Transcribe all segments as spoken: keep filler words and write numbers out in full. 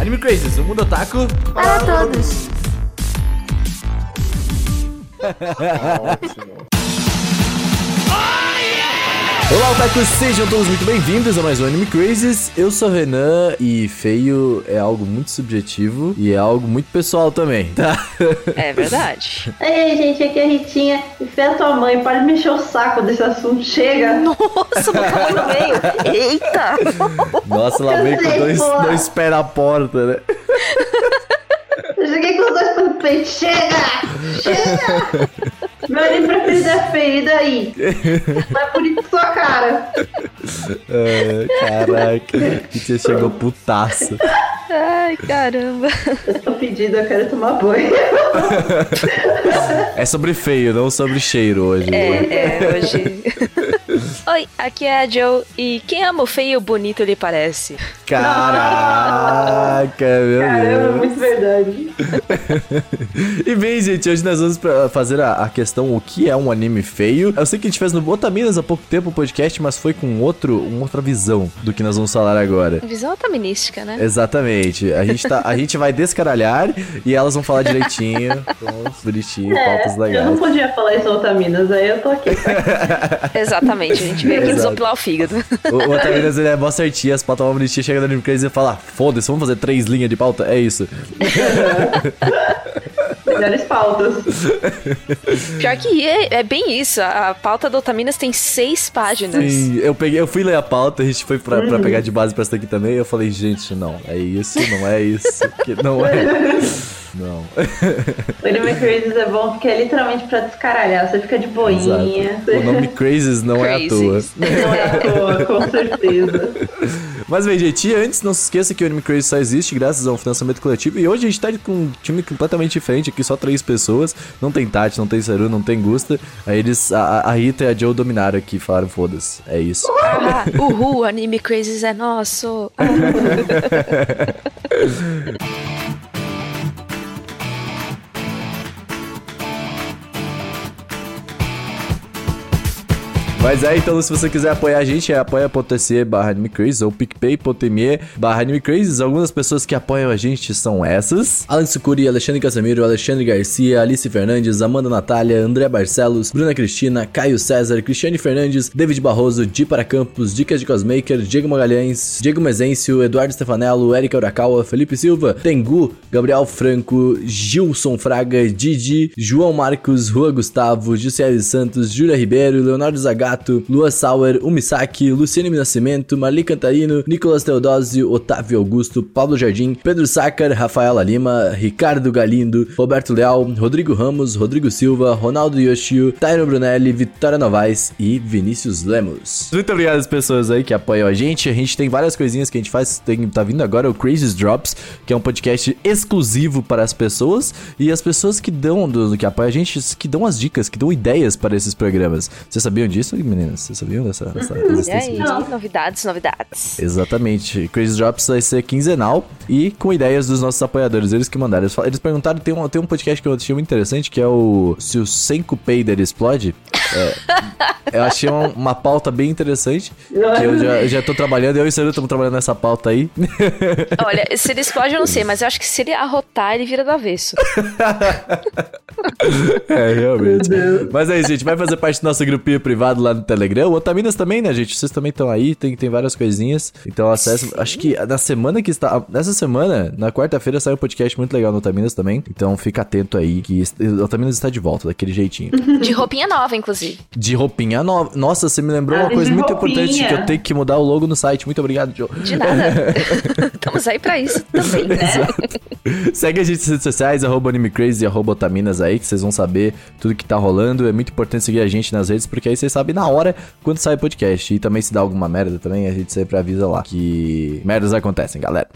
Anime Crazes, o mundo otaku para todos. Ótimo. Olá, otakus, sejam todos muito bem-vindos a mais um Anime Crazes. Eu sou o Renan e feio é algo muito subjetivo e é algo muito pessoal também, tá? É verdade. Ei, gente, aqui é a Ritinha. Enfia a tua mãe, pode mexer o saco desse assunto, chega. Nossa, botou no meio. Eita! Nossa, lá vem com Cansei, dois, porra. dois pés na porta, né? Eu cheguei com os dois pés no peito, chega! Chega! Meu anime preferido é feio, e daí? Não é bonito sua cara. É, caraca, que você chegou putaça. Ai, caramba. Eu tô pedindo, eu quero tomar banho. É sobre feio, não sobre cheiro hoje. É, é, hoje... Oi, aqui é a Joe e quem ama o feio, bonito lhe parece. Caraca, meu Caramba, Deus. muito verdade. E bem, gente, hoje nós vamos pra fazer a, a questão o que é um anime feio. Eu sei que a gente fez no Otaminas há pouco tempo o podcast, mas foi com outro, uma outra visão do que nós vamos falar agora. Visão otaminística, né? Exatamente. A gente, tá, a gente vai descaralhar e elas vão falar direitinho, bonitinho, É, pautas eu não legais. podia falar isso Otaminas, aí eu tô aqui. Exatamente, a gente veio aqui Exato. desopilar o fígado. O, o Otaminas, ele é mó certinho, as pautas mó bonitinhas, chega no Anime Crazy e fala, ah, foda-se, vamos fazer três linhas de pauta? É isso. Melhores pautas. Pior que é, é bem isso, a pauta do Otaminas tem seis páginas. Sim, eu, peguei, eu fui ler a pauta, a gente foi pra, pra pegar de base pra essa aqui também, e eu falei, gente, não, é isso, não é isso, que não é. Não. O Anime Crazes é bom porque é literalmente pra descaralhar. Você fica de boinha. Exato. O nome Crazes não é à toa. Crazes. Não é à toa, com certeza. Mas bem, gente, antes, não se esqueça que o Anime Crazy só existe graças a um financiamento coletivo. E hoje a gente tá com um time completamente diferente aqui, só três pessoas. Não tem Tati, não tem Saru, não tem Gusta. Aí eles, a, a Rita e a Joe dominaram aqui e falaram, foda-se, é isso. Ah, uhul, Anime Crazes é nosso. Mas é, então, se você quiser apoiar a gente, é apoia.se barra animecrazes ou picpay.me barra animecrazes. Algumas pessoas que apoiam a gente são essas: Alan Sucuri, Alexandre Casemiro, Alexandre Garcia, Alice Fernandes, Amanda Natália, André Barcelos, Bruna Cristina, Caio César, Cristiane Fernandes, David Barroso, Di para Campos, Dicas de Cosmaker, Diego Magalhães, Diego Mezencio, Eduardo Stefanello, Erika Urakawa, Felipe Silva, Tengu, Gabriel Franco, Gilson Fraga, Didi, João Marcos, Rua Gustavo, Gisele Santos, Júlia Ribeiro, Leonardo Zagato, Lua Sauer, Umisaki, Luciane Nascimento, Marli Cantarino, Nicolas Teodósio, Otávio Augusto, Pablo Jardim, Pedro Sácar, Rafaela Lima, Ricardo Galindo, Roberto Leal, Rodrigo Ramos, Rodrigo Silva, Ronaldo Yoshio, Tairo Brunelli, Vitória Novaes e Vinícius Lemos. Muito obrigado às pessoas aí que apoiam a gente. A gente tem várias coisinhas que a gente faz. Tem, tá vindo agora o Crazy Drops, que é um podcast exclusivo para as pessoas e as pessoas que dão, do, que apoiam a gente, que dão as dicas, que dão ideias para esses programas. Vocês sabiam disso, meninas? Vocês sabiam dessa, dessa E existência? aí, Não. novidades, novidades. Exatamente. Crazy Drops vai ser quinzenal e com ideias dos nossos apoiadores. Eles que mandaram. Eles, fal- eles perguntaram, tem um, tem um podcast que eu achei muito interessante, que é o Se o Senko Peider Explode. É, eu achei uma, uma pauta bem interessante, que eu já, eu já tô trabalhando, eu e o Saru estamos trabalhando nessa pauta aí. Olha, se ele explode eu não sei, mas eu acho que se ele arrotar, ele vira do avesso. É, realmente. Mas é isso, gente. Vai fazer parte do nosso grupinho privado lá no Telegram. O Otaminas também, né, gente? Vocês também estão aí, tem, tem várias coisinhas. Então acessa. Acho que na semana que está. Nessa semana, na quarta-feira, sai um podcast muito legal no Otaminas também. Então fica atento aí, que o Otaminas está de volta, daquele jeitinho. De roupinha nova, inclusive. De roupinha nova. Nossa, você me lembrou Ah, uma coisa de muito roupinha. importante, que eu tenho que mudar o logo no site. Muito obrigado, Joe. De nada. Estamos aí pra isso também, né? Segue a gente nas redes sociais, arroba AnimeCrazy e arroba Otaminas aí, que vocês vão saber tudo que tá rolando. É muito importante seguir a gente nas redes, porque aí vocês sabem na hora quando sai o podcast. E também se dá alguma merda também, a gente sempre avisa lá que merdas acontecem, galera.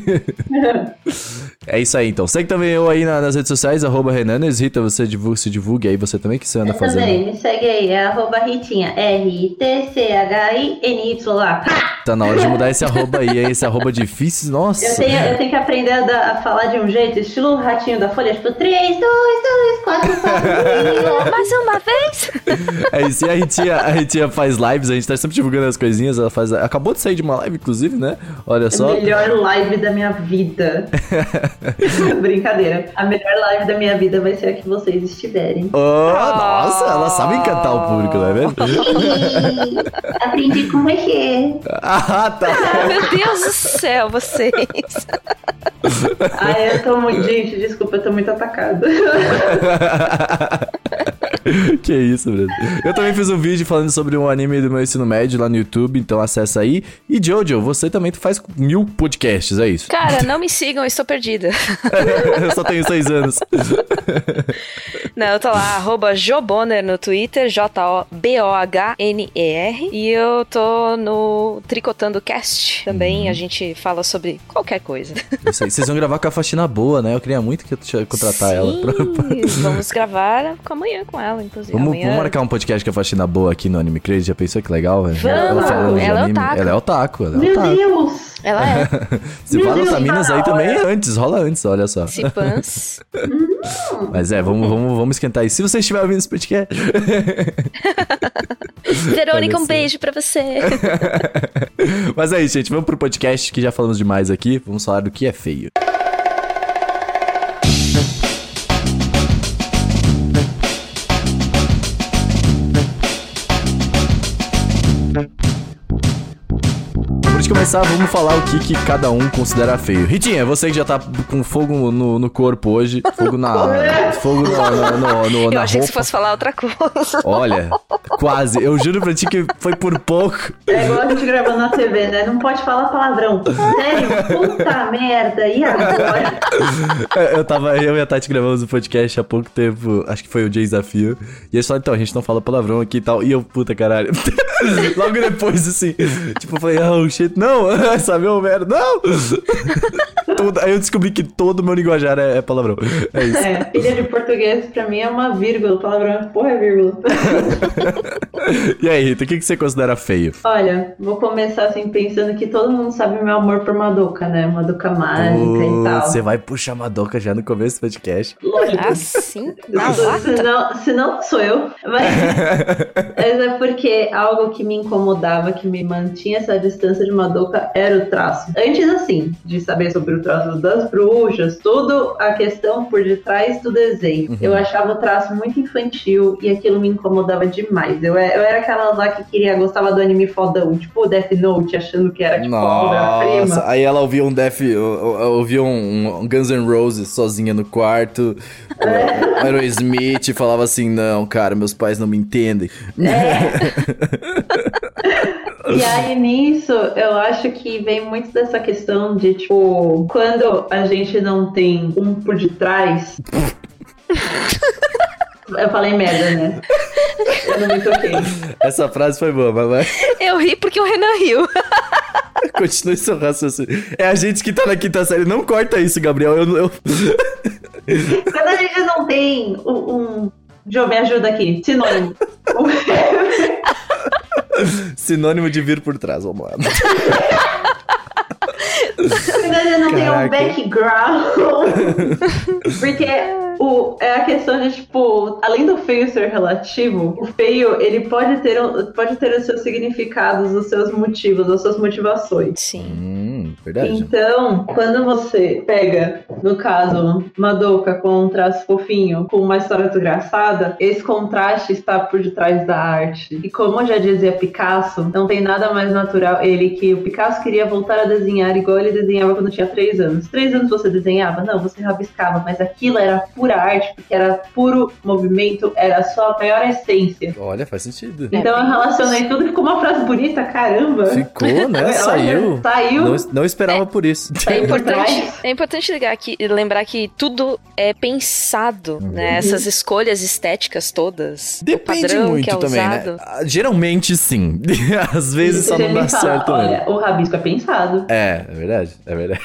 É isso aí, então. Segue também eu aí na- nas redes sociais, arroba Renanes. Rita, você divulga, se divulgue aí, você também, que você anda Eu fazendo. também, me segue aí, é arroba Ritinha, R I T C H I N Y A. Ha! Tá na hora de mudar esse arroba aí, hein? Esse arroba difícil, nossa. Eu tenho, eu tenho que aprender a, dar- a falar de um jeito, estilo o ratinho da Folha, tipo, três, dois, dois, quatro, quatro. Mais uma vez? É isso, e a Ritinha, a Ritinha faz lives, a gente tá sempre divulgando as coisinhas, ela faz... Acabou de sair de uma live, inclusive, né? Olha só. Melhor live da minha vida. Brincadeira. A melhor live da minha vida vai ser a que vocês estiverem. Oh, nossa, ela sabe encantar o público, não é mesmo? Aprendi com você. Ah, tá. Ah, meu Deus do céu, vocês. Ai, eu tô muito... Gente, desculpa, eu tô muito atacada. Que isso, Bruno. Eu também fiz um vídeo falando sobre um anime do meu ensino médio lá no YouTube, então acessa aí. E Jojo, você também faz mil podcasts, é isso? Cara, não me sigam, eu estou perdida. Eu só tenho seis anos. Não, eu tô lá, arroba Joboner no Twitter, J O B O H N E R. E eu tô no Tricotando Cast também, Uhum. a gente fala sobre qualquer coisa. Isso aí. Vocês vão gravar com a Faxina Boa, né? Eu queria muito que eu tinha- contratar Sim, ela. Pra, pra... vamos gravar com amanhã com ela, inclusive. Vamos, amanhã... vamos marcar um podcast com a Faxina Boa aqui no Anime Crazy. Já pensou que legal, velho? Vamos! falando de Ela é anime. otaku. Ela é otaku. Ela é Meu otaku. Deus! Ela é. Se Meu fala Deus, Otaminas tá aí na também hora. é antes, rola antes, olha só. Se pans. Mas é, vamos, vamos, vamos esquentar isso. Se você estiver ouvindo esse podcast. Verônica, um Parece. beijo pra você. Mas é isso, gente. Vamos pro podcast que já falamos demais aqui. Vamos falar do que é feio. Antes de começar, vamos falar o que, que cada um considera feio. Ritinha, você que já tá com fogo no, no corpo hoje, fogo na. Fogo no, no, no, no, Eu na achei que roupa. você fosse falar outra coisa. Olha, quase. Eu juro pra ti que foi por pouco. É igual a gente gravando na T V, né? Não pode falar palavrão. Sério? Puta merda. E agora? Eu tava, eu e a Tati gravamos um podcast há pouco tempo, acho que foi o Desafio. E eles falaram, então, a gente não fala palavrão aqui e tal. E eu, puta caralho. Logo depois, assim, tipo, eu falei, oh shit, não, sabe, ô merda, não! Tudo, aí eu descobri que todo o meu linguajar é, é palavrão. É isso. É, filha de português pra mim é uma vírgula. Palavrão, porra, é vírgula. E aí, Rita, o que, que você considera feio? Olha, vou começar assim pensando que todo mundo sabe meu amor por Madoka, né? Madoka mágica e tal. Você vai puxar Madoka já no começo do podcast? Lógico. Assim, na Se lata. não, se não sou eu. Mas, mas é porque algo que me incomodava, que me mantinha essa distância de Madoka era o traço. Antes, assim, de saber sobre o traço das bruxas, tudo a questão por detrás do desenho. Uhum. Eu achava o traço muito infantil e aquilo me incomodava demais. Eu, eu era aquela lá que queria, gostava do anime fodão, tipo Death Note, achando que era tipo a obra-prima. Nossa, aí ela ouvia um Death, ouvia um, um Guns N' Roses sozinha no quarto, É. o Aerosmith, falava assim, não, cara, meus pais não me entendem. E aí, nisso, eu acho que vem muito dessa questão de, tipo, quando a gente não tem um por detrás... Eu falei merda, né? Eu não me toquei. Essa frase foi boa, mas vai. Eu ri porque o Renan riu. Continue seu raciocínio. É a gente que tá na quinta série, não corta isso, Gabriel. Eu, eu... Quando a gente não tem um... um... Jô, me ajuda aqui. Sinônimo. Sinônimo de vir por trás, vamos lá. Quando a gente não tem um Caraca. background. Porque o, é a questão de, tipo, além do feio ser relativo, o feio, ele pode ter, um- pode ter os seus significados, os seus motivos, as suas motivações. Sim. Hum, verdade. Então, quando você pega, no caso, Madoka com um traço fofinho, com uma história desgraçada, esse contraste está por detrás da arte. E como já dizia Picasso, não tem nada mais natural ele que o Picasso queria voltar a desenhar igual ele desenhava quando tinha três anos. Três anos você desenhava? Não, você rabiscava, mas aquilo era pura arte, porque era puro movimento, era a sua maior essência. Olha, faz sentido. Então eu relacionei tudo, ficou uma frase bonita, caramba. Ficou, né? Olha, Saiu. Saiu. Não, não esperava é, por isso. É importante, é importante ligar que, lembrar que tudo é pensado, uhum. né? Essas escolhas estéticas todas. Depende o padrão muito que é também, usado. né? Geralmente sim. Às vezes isso só não dá fala, certo. Olha, mesmo. o rabisco é pensado. É, é verdade, é verdade.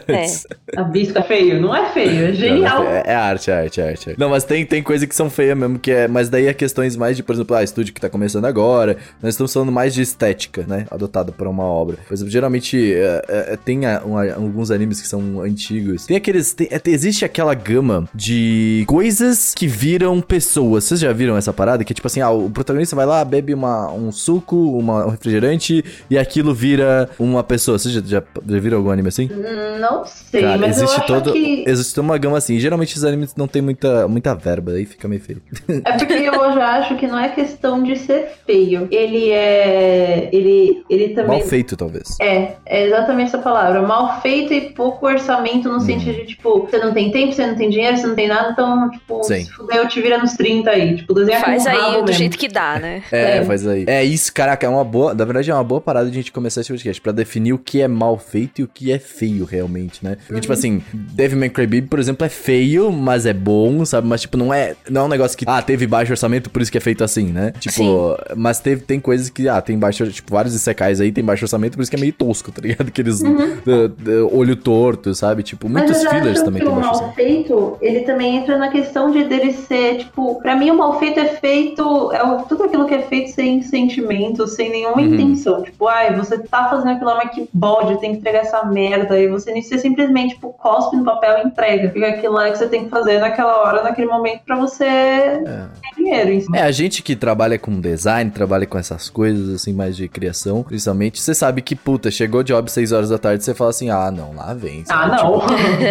É. Rabisco é feio? Não é feio, é genial. Não, é, é arte, é arte, é arte. Não, mas tem, tem coisa que são feias mesmo, que é... Mas daí é questões mais de, por exemplo, ah, estúdio que tá começando agora. Nós estamos falando mais de estética, né? Adotada por uma obra. Por exemplo, geralmente é, é, tem a, um, alguns animes que são antigos. Tem aqueles... Tem, é, existe aquela gama de coisas que viram pessoas. Vocês já viram essa parada? Que é tipo assim, ah, o protagonista vai lá, bebe uma, um suco, uma, um refrigerante e aquilo vira uma pessoa. Vocês já, já, já viram algum anime assim? Não sei, Cara, mas existe eu acho todo, que... Existe uma gama assim. Geralmente os animes não tem muita, muita verba, aí fica meio feio. É porque eu já acho que não é questão de ser feio. Ele é... Ele, ele também... Mal feito, talvez. É, é exatamente essa palavra. Mal feito e pouco orçamento no hum. sentido de, tipo, você não tem tempo, você não tem dinheiro, você não tem nada, então, tipo, Sim. se fuder, eu te vira nos trinta aí. Tipo, desenha faz com um aí do mesmo. jeito que dá, né? É, é, faz aí. É isso, caraca, é uma boa... Na verdade, é uma boa parada de a gente começar esse podcast, pra definir o que é mal feito e o que é feio, realmente, né? Porque, uhum. tipo assim, Devilman Crybaby, por exemplo, é feio, mas é bom, sabe? Mas, tipo, não é, não é um negócio que, ah, teve baixo orçamento, por isso que é feito assim, né? Tipo, Sim. mas teve, tem coisas que, ah, tem baixo, tipo, vários isekais aí tem baixo orçamento, por isso que é meio tosco, tá ligado? Aqueles uhum. uh, uh, olho torto, sabe? Tipo, muitos fillers também tem baixo orçamento. O mal feito, ele também entra na questão de dele ser, tipo, pra mim o mal feito é feito, é o, tudo aquilo que é feito sem sentimento, sem nenhuma uhum. intenção. Tipo, ai, você tá fazendo aquilo lá, mas que bode, tem que entregar essa merda, e você, você simplesmente, tipo, cospe no papel e entrega. Fica aquilo lá que você tem que fazer naquela hora, naquele momento, pra você é. ter dinheiro em cima. É, a gente que trabalha com design, trabalha com essas coisas, assim, mais de criação, principalmente, você sabe que, puta, chegou job seis horas da tarde, você fala assim, ah, não, lá vem. Ah, não.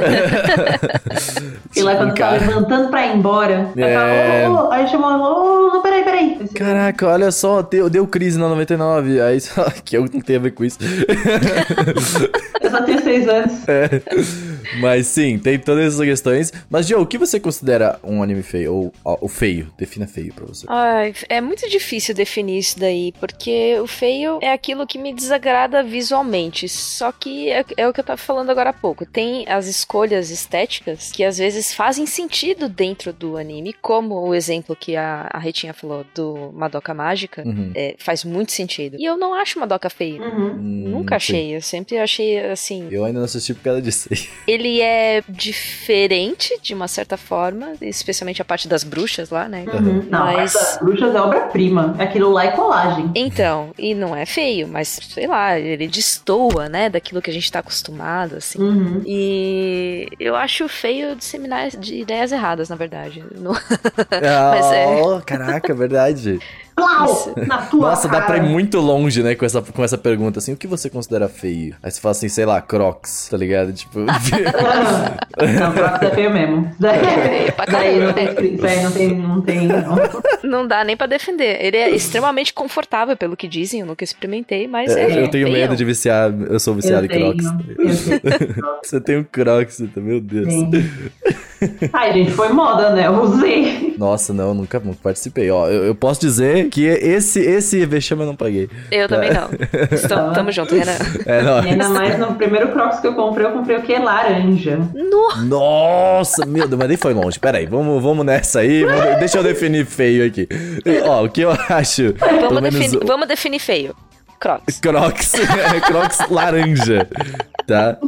E lá quando cara... tá levantando pra ir embora, é... aí, fala, oh, oh, aí chamou, ô, oh, peraí, peraí. Caraca, olha só, deu, deu crise na noventa e nove, aí só que eu não tenho a ver com isso. Eu só tenho seis anos. É. Mas sim, tem todas essas questões. Mas, Joe, o que você considera um anime feio? Ou o feio? Defina feio pra você. Ai, é muito difícil definir isso daí, porque o feio é aquilo que me desagrada visualmente. Só que é, é o que eu tava falando agora há pouco. Tem as escolhas estéticas que às vezes fazem sentido dentro do anime, como o exemplo que a, a Retinha falou do Madoka Mágica, uhum. é, faz muito sentido. E eu não acho Madoka feio. Uhum. Nunca achei. Sim. Eu sempre achei assim... Eu ainda não assisti por causa disso aí. Ele é diferente, de uma certa forma, especialmente a parte das bruxas lá, né? Uhum. Não, mas... a parte das bruxas é obra-prima. Aquilo lá é colagem. Então, e não é feio, mas, sei lá, ele destoa, né, daquilo que a gente tá acostumado, assim. Uhum. E eu acho feio disseminar de ideias erradas, na verdade. Não... Oh, mas é... Caraca, verdade. Isso. Na tua Nossa, cara. Dá pra ir muito longe, né, com essa, com essa pergunta, assim, o que você considera feio? Aí você fala assim, sei lá, Crocs, tá ligado? Tipo... Não, Crocs é feio mesmo. Daí, é daí não tem, daí não tem, não tem, não. Não dá nem pra defender. Ele é extremamente confortável, pelo que dizem, eu nunca experimentei, mas é, é Eu tenho feio. medo de viciar, eu sou viciado eu em Crocs. Tenho, Você tem um Crocs, meu Deus. Sim. Ai, gente, foi moda, né? Eu usei. Nossa, não, nunca, nunca participei. Ó, eu, eu posso dizer que esse, esse vexame eu não paguei. Eu também não. Estamos, tamo junto, Renan. É, não. E ainda mais no primeiro Crocs que eu comprei, eu comprei o quê? Laranja. No... Nossa, meu Deus, mas nem foi longe. Pera aí, vamos, vamos nessa aí. Vamos, deixa eu definir feio aqui. Ó, o que eu acho... Vamos, defini- menos... vamos definir feio. Crocs. Crocs. Crocs laranja. Tá?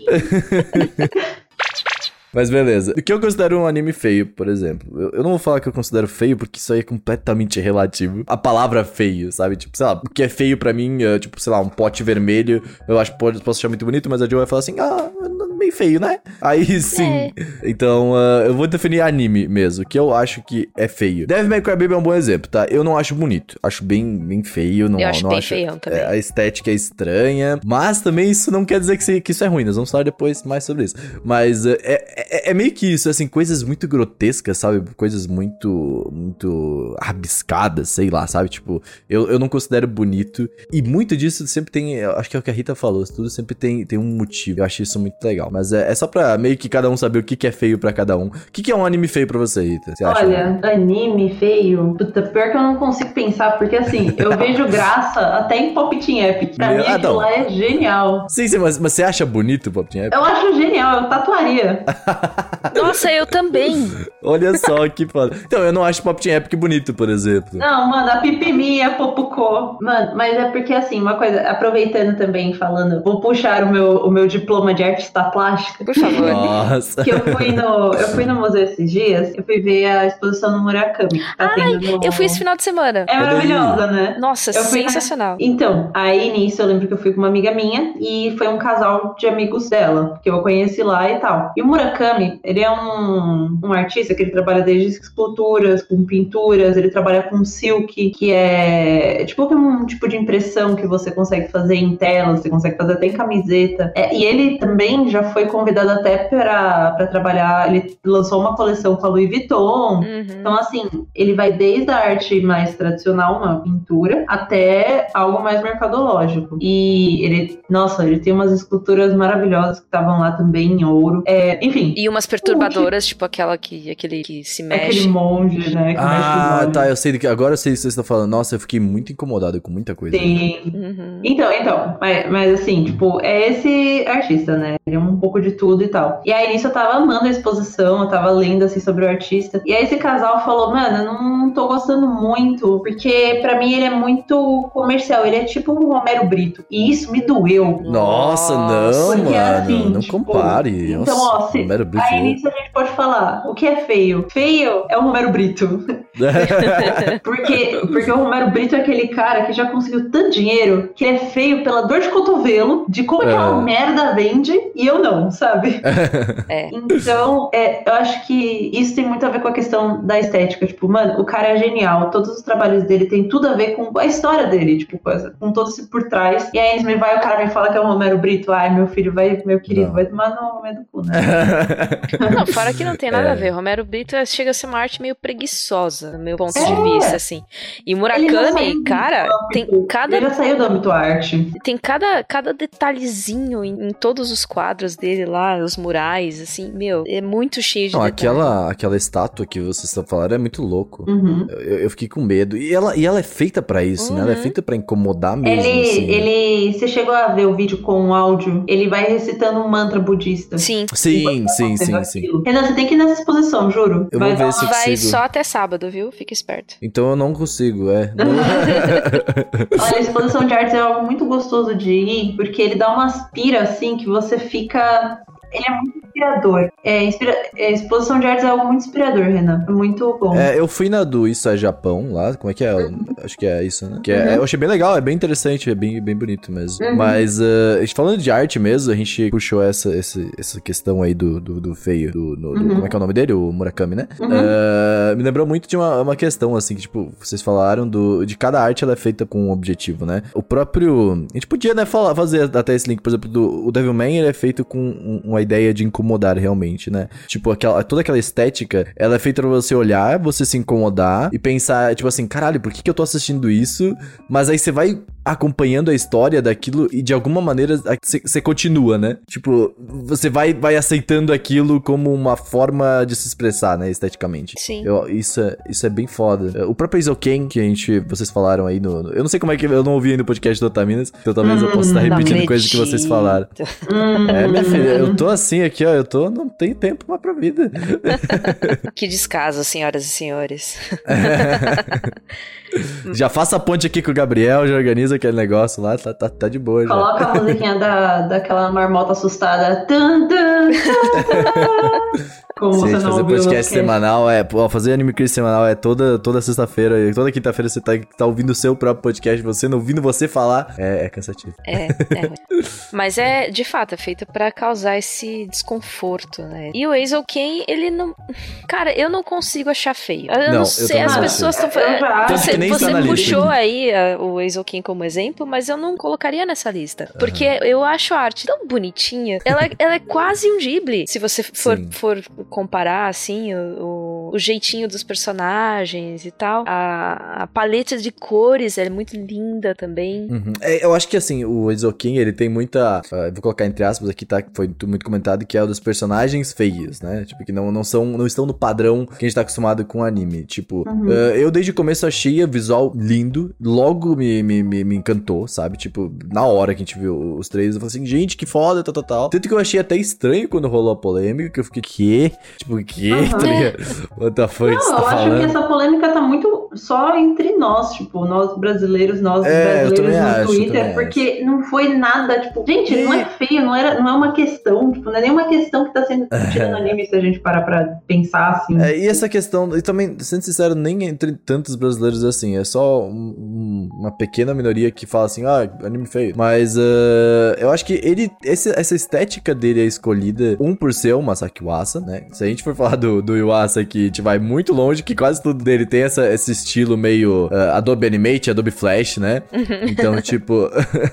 Mas beleza. O que eu considero um anime feio, por exemplo? Eu, eu não vou falar que eu considero feio, porque isso aí é completamente relativo. A palavra feio, sabe? Tipo, sei lá, o que é feio pra mim, é, tipo, sei lá, um pote vermelho. Eu acho que pode, posso achar muito bonito, mas a Jo vai falar assim, ah, meio feio, né? Aí sim. É. Então, uh, eu vou definir anime mesmo, que eu acho que é feio. Devilman Crybaby é um bom exemplo, tá? Eu não acho bonito. Acho bem, bem feio. Não, eu acho não bem acho, feião também. É, a estética é estranha. Mas também isso não quer dizer que, se, que isso é ruim. Nós vamos falar depois mais sobre isso. Mas uh, é, é, é meio que isso, assim, coisas muito grotescas, sabe? Coisas muito, muito rabiscadas, sei lá, sabe? Tipo, eu, eu não considero bonito. E muito disso sempre tem, acho que é o que a Rita falou, tudo sempre tem, tem um motivo. Eu acho isso muito legal. Mas é, é só pra meio que cada um saber o que, que é feio pra cada um. O que, que é um anime feio pra você, Rita? Você acha? Olha, anime feio, puta, pior que eu não consigo pensar, porque assim, eu vejo graça até em Pop Team Epic. Pra Meu- mim ah, aquilo não. lá é genial. Sim, sim, mas, mas você acha bonito o Pop Team Epic? Eu acho genial, eu tatuaria. Nossa, eu também. Olha só que foda. Então, eu não acho Pop Team Epic bonito, por exemplo. Não, mano, a Pipimi, a Popucô. Mano, mas é porque assim, uma coisa, aproveitando também, falando, vou puxar o meu, o meu diploma de artista plástica. Por favor. Nossa. Que eu fui no, eu fui no museu esses dias, eu fui ver a exposição no Murakami. Que tá Ai, tendo no... eu fui esse final de semana. É maravilhosa, né? Nossa, Eu fui na- sensacional. Então, aí nisso eu lembro que eu fui com uma amiga minha e foi um casal de amigos dela, que eu conheci lá e tal. E o Murakami, ele é um, um artista que ele trabalha desde esculturas, com pinturas, ele trabalha com silk, que é tipo um tipo de impressão que você consegue fazer em tela, você consegue fazer até em camiseta. É, e ele também já foi convidado até para para trabalhar, ele lançou uma coleção com a Louis Vuitton. Uhum. Então, assim, ele vai desde a arte mais tradicional, uma pintura, até algo mais mercadológico. E ele, nossa, ele tem umas esculturas maravilhosas que estavam lá também em ouro. É, enfim. E umas perturbadoras, tipo aquela que, aquele que se mexe. Aquele monge, né? Que mexe Ah, os olhos. tá, eu sei do que. Agora eu sei o que vocês estão falando. Nossa, eu fiquei muito incomodado com muita coisa. Sim. Uhum. Então, então, mas, mas assim, tipo, é esse artista, né? Ele é um pouco de tudo e tal. E aí nisso eu tava amando a exposição, eu tava lendo assim sobre o artista. E aí esse casal falou, mano, eu não tô gostando muito, porque pra mim ele é muito comercial, ele é tipo um Romero Brito. E isso me doeu. Nossa, não, Porque, mano. assim, não tipo, compare. Então, Nossa, ó, se, Romero Brito. aí nisso a gente pode falar, o que é feio? Feio é o Romero Brito. Porque, porque o Romero Brito é aquele cara que já conseguiu tanto dinheiro que ele é feio pela dor de cotovelo, de como aquela É. merda vende, e eu não, sabe? É. Então, é, eu acho que isso tem muito a ver com a questão da estética. Tipo, mano, o cara é genial, todos os trabalhos dele tem tudo a ver com a história dele, tipo, coisa, com todo esse por trás. E aí me vai, o cara me fala que é o Romero Brito. Ai, meu filho, vai, meu querido, Não. vai tomar no meio do cu, né? Não, fora que não tem nada É. a ver. Romero Brito chega a ser uma arte meio preguiça, do meu ponto É. de vista, assim. E Ele já Murakami, saiu cara, do âmbito- tem cada, Ele já saiu do âmbito arte. tem cada, cada detalhezinho em, em todos os quadros dele lá, os murais, assim, meu, é muito cheio de Não, detalhe. aquela, aquela estátua que vocês estão falando é muito louco. Uhum. Eu, eu fiquei com medo. E ela, e ela é feita pra isso, né? Ela é Uhum. feita pra incomodar mesmo. Ele, assim. ele, você chegou a ver o vídeo com o áudio? Ele vai recitando um mantra budista. Sim, Sim, sim, sim, Fazendo sim. aquilo. Renan, você tem que ir nessa exposição, juro. Eu Vai vou ver dar se eu vai consigo. só até sábado, viu? Fica esperto. Então eu não consigo, é. Não- Olha, a exposição de artes é algo muito gostoso de ir, porque ele dá umas piras assim que você fica. Ele é muito inspirador. É, inspira... é, exposição de artes é algo muito inspirador, Renan. É muito bom. É, eu fui na do Isso é Japão lá, como é que é? Acho que é isso, né? Que é- Uhum. eu achei bem legal, é bem interessante, é bem, bem bonito mesmo. Uhum. Mas, uh, a gente falando de arte mesmo, a gente puxou essa, essa, essa questão aí do, do, do feio, do, do- do- Uhum. como é que é o nome dele? O Murakami, né? Uhum. Uh, me lembrou muito de uma, uma questão, assim, que tipo, vocês falaram do, de cada arte ela é feita com um objetivo, né? O próprio... A gente podia, né, falar, fazer até esse link, por exemplo, do o Devilman, ele é feito com um- uma ideia de incomodar realmente, né? Tipo, aquela, toda aquela estética, ela é feita pra você olhar, você se incomodar e pensar, tipo assim, caralho, por que, que eu tô assistindo isso? Mas aí você vai acompanhando a história daquilo e de alguma maneira você continua, né? Tipo, você vai, vai aceitando aquilo como uma forma de se expressar, né, esteticamente. Sim. Eu, isso, é, isso é bem foda. O próprio Isoken, que a gente, vocês falaram aí no, no- eu não sei como é que, eu não ouvi ainda o podcast do Otaminas, então talvez eu possa estar Hum, não repetindo coisas que vocês falaram. Hum. É, minha filha, eu tô assim aqui, ó, eu tô, não tenho tempo mais pra vida. Que descaso, senhoras e senhores. É. Já faça a ponte aqui com o Gabriel, já organiza aquele negócio lá, tá, tá, tá de boa já. Coloca a musiquinha da, daquela marmota assustada. Tum, tum, tum. Como Sim, você não fazer ouviu podcast no semanal é, pô, fazer Anime Cris semanal é toda, toda sexta-feira, e toda quinta-feira você tá, tá ouvindo o seu próprio podcast, você não ouvindo você falar, é, é cansativo. É, é. Mas é, de fato, é feito pra causar esse desconforto, né? E o Hazel Kane, ele não... Cara, eu não consigo achar feio. Eu Não, não, eu sei, também as não pessoas sei. estão... Eu já acho. Tanto Você, que nem você tá na lista. puxou aí a, o Hazel Kane como exemplo, mas eu não colocaria nessa lista. Porque eu acho a arte tão bonitinha. Ela, ela é quase um Ghibli. Se você for, Sim. for comparar, assim, o... o o, o jeitinho dos personagens e tal. A, a paleta de cores é muito linda também. Uhum. É, eu acho que assim, o Eizouken, ele tem muita, uh, vou colocar entre aspas aqui, tá? Foi muito comentado, que é o dos personagens feios, né? Tipo, que não, não, são, não estão no padrão que a gente tá acostumado com anime. Tipo, uhum. uh, eu desde o começo achei o visual lindo, logo me, me, me, me encantou, sabe? Tipo, na hora que a gente viu os três, eu falei assim, gente, que foda, tal, tal, tal. Tanto que eu achei até estranho quando rolou a polêmica, que eu fiquei, que? Tipo, que? Uhum. Tá ligado? What the fuck não, você tá eu falando? acho que essa polêmica tá muito só entre nós, tipo, nós brasileiros, nós é, brasileiros no acho, Twitter, porque acho. Não foi nada, tipo, gente, e... não é feio, não, era, não é uma questão, tipo, não é nenhuma questão que tá sendo discutida no anime, se a gente parar pra pensar, assim. É, e essa questão, e também, sendo sincero, nem entre tantos brasileiros assim, é só um, um, uma pequena minoria que fala assim, ah, anime feio. Mas uh, eu acho que ele, esse, essa estética dele é escolhida, um por ser o Masaki Uasa, né? Se a gente for falar do, do Yuasa aqui, a gente vai muito longe, que quase tudo dele tem essa, esse estilo meio uh, Adobe Animate, Adobe Flash, né? Então, tipo,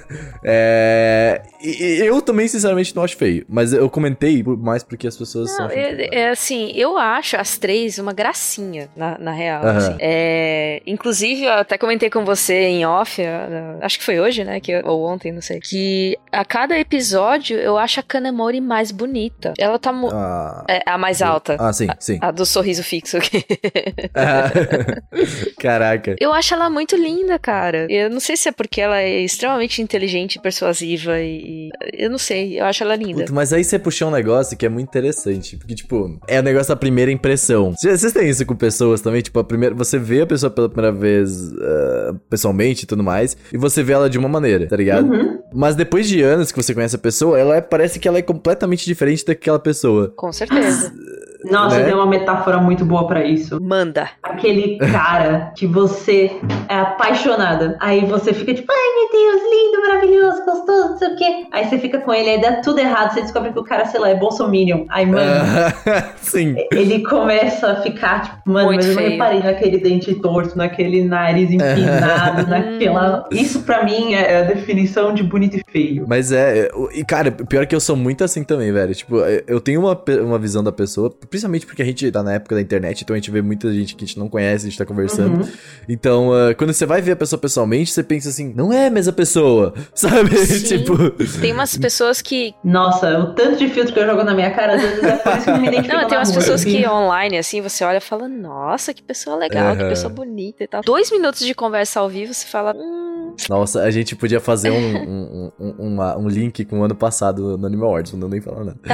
é... E, eu também, sinceramente, não acho feio, mas eu comentei mais porque as pessoas não, são... É, é assim, eu acho as três uma gracinha, na, na real. Uhum. Assim. É, inclusive, eu até comentei com você em off, acho que foi hoje, né? Que, ou ontem, não sei. Que a cada episódio eu acho a Kanamori mais bonita. Ela tá... Mu- ah, é a mais alta. Ah, sim, sim. A, a do sorriso fixo aqui. Ah, caraca. Eu acho ela muito linda, cara. Eu não sei se é porque ela é extremamente inteligente, persuasiva e... Eu não sei, eu acho ela linda. Puta, mas aí você puxou um negócio que é muito interessante. Porque, tipo, é o negócio da primeira impressão. Vocês têm isso com pessoas também? Tipo, a primeira, você vê a pessoa pela primeira vez uh, pessoalmente e tudo mais, e você vê ela de uma maneira, tá ligado? Uhum. Mas depois de anos que você conhece a pessoa, ela é, parece que ela é completamente diferente daquela pessoa. Com certeza. Nossa, né? tem uma metáfora muito boa pra isso. Manda. Aquele cara que você é apaixonada. Aí você fica tipo, ai meu Deus, lindo, maravilhoso, gostoso, não sei o quê. Aí você fica com ele, aí dá tudo errado, você descobre que o cara, sei lá, é bolsominion. Aí, mano, uh, sim. ele começa a ficar tipo, mano, muito mas eu feio. não reparei naquele dente torto, naquele nariz empinado, naquela... Isso pra mim é a definição de bonito e feio. Mas é, e cara, pior que eu sou muito assim também, velho. Tipo, eu tenho uma, uma visão da pessoa, principalmente porque a gente tá na época da internet, então a gente vê muita gente que a gente não conhece, a gente tá conversando. Uhum. Então, uh, quando você vai ver a pessoa pessoalmente, você pensa assim, não é a mesma pessoa, sabe? Sim. Tipo... Tem umas pessoas que... Nossa, o tanto de filtro que eu jogo na minha cara, às vezes é por isso que eu não me identifico. Não, tem umas amor, pessoas assim. que online, assim, você olha e fala, nossa, que pessoa legal, uhum. que pessoa bonita e tal. Dois minutos de conversa ao vivo, você fala, hum... Nossa, a gente podia fazer um, um, um, uma, um link com o ano passado no Anime Awards, não nem falar nada.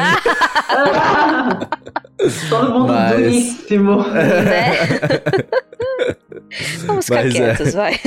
Todo mundo Mas... duríssimo. Né? Vamos ficar Mas, quietos, é... vai.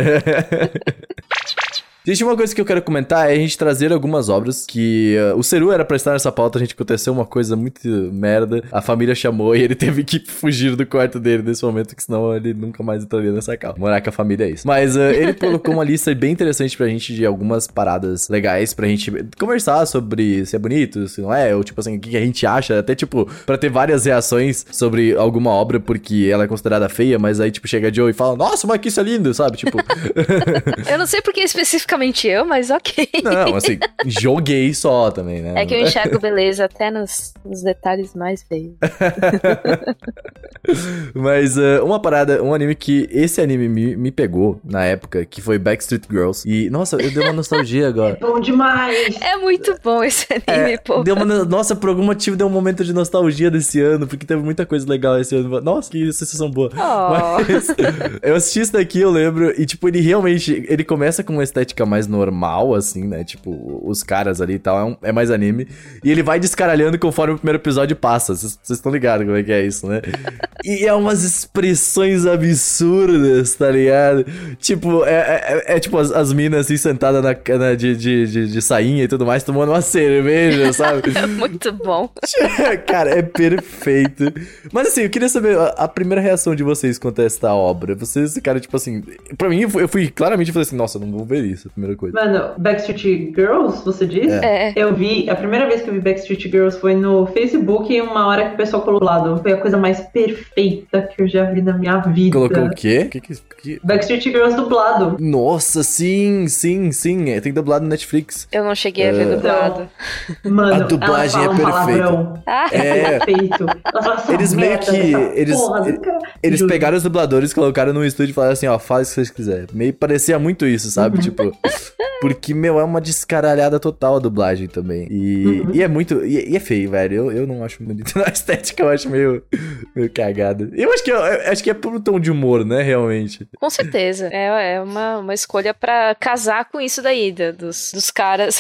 Gente, uma coisa que eu quero comentar é a gente trazer algumas obras que... Uh, o Seru era pra estar nessa pauta, a gente aconteceu uma coisa muito merda. A família chamou e ele teve que fugir do quarto dele nesse momento, que senão ele nunca mais entraria nessa calma. Morar com a família é isso. Mas uh, ele colocou uma lista bem interessante pra gente de algumas paradas legais pra gente conversar sobre se é bonito, se não é, ou tipo assim, o que a gente acha. Até tipo, pra ter várias reações sobre alguma obra porque ela é considerada feia, mas aí tipo chega a Joe e fala, nossa, mas que isso é lindo, sabe? Tipo... Eu não sei porque especificamente eu, mas ok. Não, assim, joguei só também, né? É que eu enxergo beleza até nos, nos detalhes mais feios. Mas uh, uma parada, um anime que esse anime me, me pegou na época, que foi Backstreet Girls. E, nossa, eu dei uma nostalgia agora. É bom demais! É muito bom esse anime, é, pô. Deu uma, nossa, por algum motivo deu um momento de nostalgia desse ano, porque teve muita coisa legal esse ano. Nossa, que sensação boa. Oh. Mas eu assisti isso daqui, eu lembro, e tipo, ele realmente, ele começa com uma estética mais normal, assim, né? Tipo, os caras ali e tal, é, um, é mais anime. E ele vai descaralhando conforme o primeiro episódio passa. Vocês estão ligados como é que é isso, né? E é umas expressões absurdas, tá ligado? Tipo, é, é, é tipo as, as minas assim, sentadas na, na, de, de, de, de sainha e tudo mais, tomando uma cerveja, sabe? É muito bom. Cara, é perfeito. Mas assim, eu queria saber a, a primeira reação de vocês quanto a esta obra. Vocês ficaram, tipo assim... Pra mim, eu fui, eu fui claramente falei assim, nossa, não vou ver isso. primeira coisa. Mano, Backstreet Girls, você disse? É. Eu vi, a primeira vez que eu vi Backstreet Girls foi no Facebook e uma hora que o pessoal colocou lado. Foi a coisa mais perfeita que eu já vi na minha vida. Colocou o quê? Que que, que... Backstreet Girls dublado. Nossa, sim, sim, sim. É, tem dublado no Netflix. Eu não cheguei a ver É. dublado. Então, mano, A dublagem ela fala é um perfeita. palavrão. Ah, É. Perfeito. Ela fala essa Eles meio merda, que- essa eles- porra do cara. Eles Juro. pegaram os dubladores, colocaram no estúdio e falaram assim, ó, faz o que vocês quiserem. Meio parecia muito isso, sabe? Tipo, porque, meu, é uma descaralhada total a dublagem também. E, Uhum. e é muito... E, e é feio, velho. Eu, eu não acho bonito. Na estética eu acho meio, meio cagada. Eu acho que, eu, eu acho que é por um tom de humor, né, realmente. com certeza. É, é uma, uma escolha pra casar com isso daí, da- dos, dos caras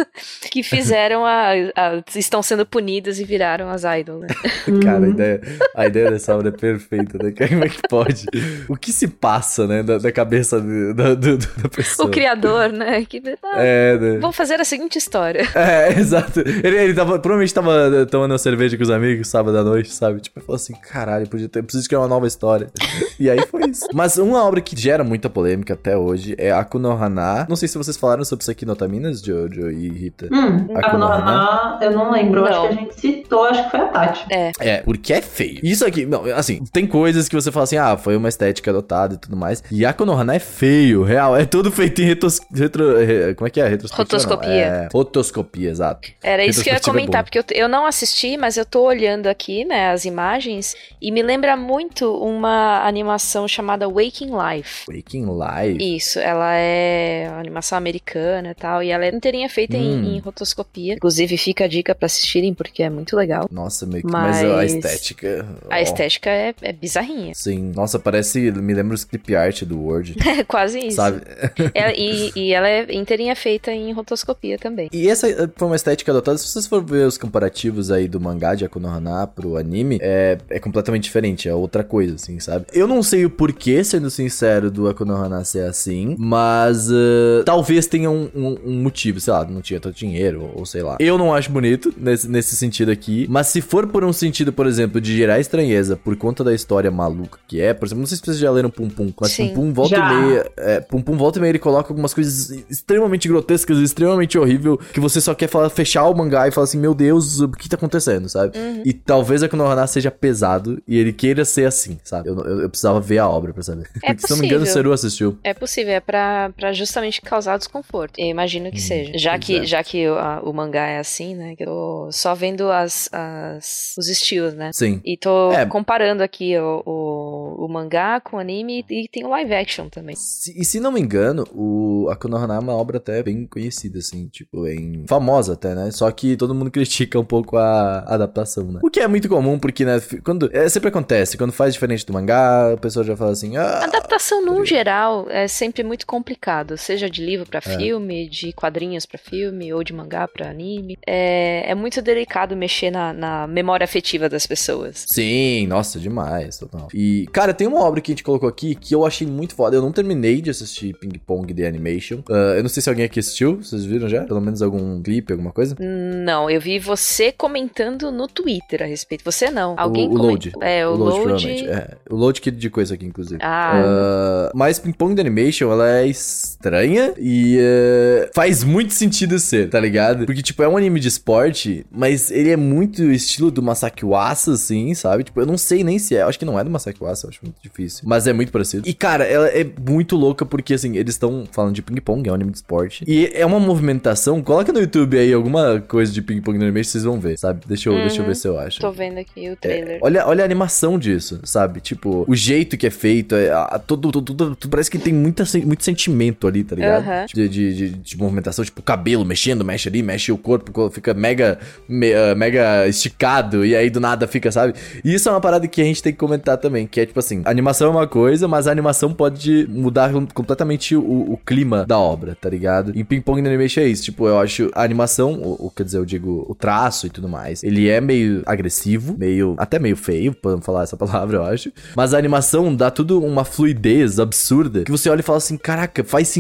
que fizeram a, a- estão sendo punidos e viraram as idols, né? Cara, a Uhum. ideia, a ideia dessa obra é perfeita, né? Como é que pode? O que se passa, né, da, da cabeça de- da, do- da pessoa? O criador, né? Que, ah, É, né? vamos fazer a seguinte história. É, exato. Ele, ele tava, provavelmente tava tomando uma cerveja com os amigos sábado à noite, sabe? Tipo, ele falou assim, caralho, podia ter, preciso criar uma nova história. E aí foi isso. Mas uma obra que gera muita polêmica até hoje é Aku no Hana. Não sei se vocês falaram sobre isso aqui no Otaminas, Jojo e Rita. Hum, Aku a no Hana. Nohana, eu não lembro. Eu Não. acho que a gente citou, acho que foi a Tati. É. É, porque é feio. Isso aqui, não, assim, tem coisas que você fala assim, ah, foi uma estética adotada e tudo mais. E Aku no Hana é feio, real. É tudo feito em retos, retro, re- como é que é? Retrospectiva, não? Rotoscopia. É, rotoscopia, exato. Era isso que eu ia Retrospectiva é comentar, bom. porque eu, eu não assisti, mas eu tô olhando aqui, né, as imagens, e me lembra muito uma animação chamada Waking Life. Waking Life. Isso, ela é uma animação americana e tal, e ela é inteirinha feita Hum. em, em rotoscopia. Inclusive, fica a dica pra assistirem, porque é muito legal. Nossa, meio que, mas, a Mas estética... A ó. estética é, é bizarrinha. Sim, nossa, parece, me lembra os clip art do Word, É quase isso. sabe? É, e, e ela é inteirinha feita em rotoscopia também. E essa eh, foi uma estética adotada, se vocês forem ver os comparativos aí do mangá de Aku no Hana pro anime, é, é completamente diferente, é outra coisa, assim, sabe? Eu não sei o porquê, sendo sincero, do Aku no Hana ser assim, mas eh, talvez tenha um, um- um motivo, sei lá, não tinha tanto dinheiro, ou sei lá. Eu não acho bonito nesse, nesse sentido aqui, mas se for por um sentido, por exemplo, de gerar estranheza por conta da história maluca que é, por exemplo, não sei se vocês já leram Pum Pum, mas Sim. Pum Pum volta Já. e meia, é, Pum Pum volta e meia ele coloca algumas coisas extremamente grotescas, extremamente horrível, que você só quer falar, fechar o mangá e falar assim, meu Deus, o que tá acontecendo, sabe? E talvez a Konohana seja pesado e ele queira ser assim, sabe? Eu, eu, eu precisava ver a obra pra saber. É Porque, se não me engano, o possível. Seru assistiu. É possível, é pra, pra justamente causar desconforto. Eu imagino que seja. Já pois que, é. já que o, a- o mangá é assim, né? Que eu tô só vendo as, as, os estilos, né? Sim. E tô É. comparando aqui o, o, o mangá com o anime e, e tem o live action também. Se- e se não me engano, o, a Konohana é uma obra até bem conhecida, assim, tipo, bem famosa até, né? Só que todo mundo critica um pouco a adaptação, né? O que é muito comum, porque, né, fi- quando... É, sempre acontece, quando faz diferente do mangá, a pessoa já fala assim, ah... Adaptação, no geral, é sempre muito complicado. Seja de livro pra É. filme, de quadrinhos pra filme, ou de mangá pra anime. É, é muito delicado mexer na, na memória afetiva das pessoas. Sim, nossa, demais, total. E, cara, tem uma obra que a gente colocou aqui que eu achei muito foda. Eu não terminei de assistir Ping Pong The Animation. Ah, eu não sei se alguém aqui assistiu, vocês viram já? Pelo menos algum clipe, alguma coisa? Não, eu vi você comentando no Twitter a respeito. Você não. Alguém o, o Load. comentou. É, o, Load. provavelmente. É, o Load que de coisa aqui, inclusive. Ah. Ah, mas Ping Pong The Animation, ela é estranha e eh, faz muito sentido ser, tá ligado? Porque, tipo, é um anime de esporte, mas ele é muito estilo do Masaki Uasa, assim, sabe? Tipo, eu não sei nem se é. Eu acho que não é do Masaki Uasa, eu acho muito difícil. Mas é muito parecido. E, cara, ela é muito louca porque, assim, eles estão falando de ping-pong, é um anime de esporte. E é uma movimentação. Coloca no YouTube aí alguma coisa de ping-pong no anime, vocês vão ver, sabe? Deixa eu, Uhum. deixa eu ver se eu acho. Tô vendo aqui o trailer. Olha, olha a animação disso, sabe? Tipo, o jeito que é feito, é, a, a- todo, todo, todo- todo- parece que tem muita, sen- muito sentimento ali, tá ligado? Aham. De, de, de, de movimentação, tipo, o cabelo mexendo, mexe ali, mexe o corpo, fica mega, me- ah, mega esticado, e aí do nada fica, sabe? E isso é uma parada que a gente tem que comentar também, que é tipo assim, a animação é uma coisa, mas a animação pode mudar completamente o, o clima da obra, tá ligado? Em Ping Pong Animation é isso, tipo, eu acho a animação, o, o- quer dizer, eu digo, o traço e tudo mais, ele é meio agressivo, meio, até meio feio, podemos falar essa palavra, eu acho, mas a animação dá tudo uma fluidez absurda, que você olha e fala assim, caraca, faz sentido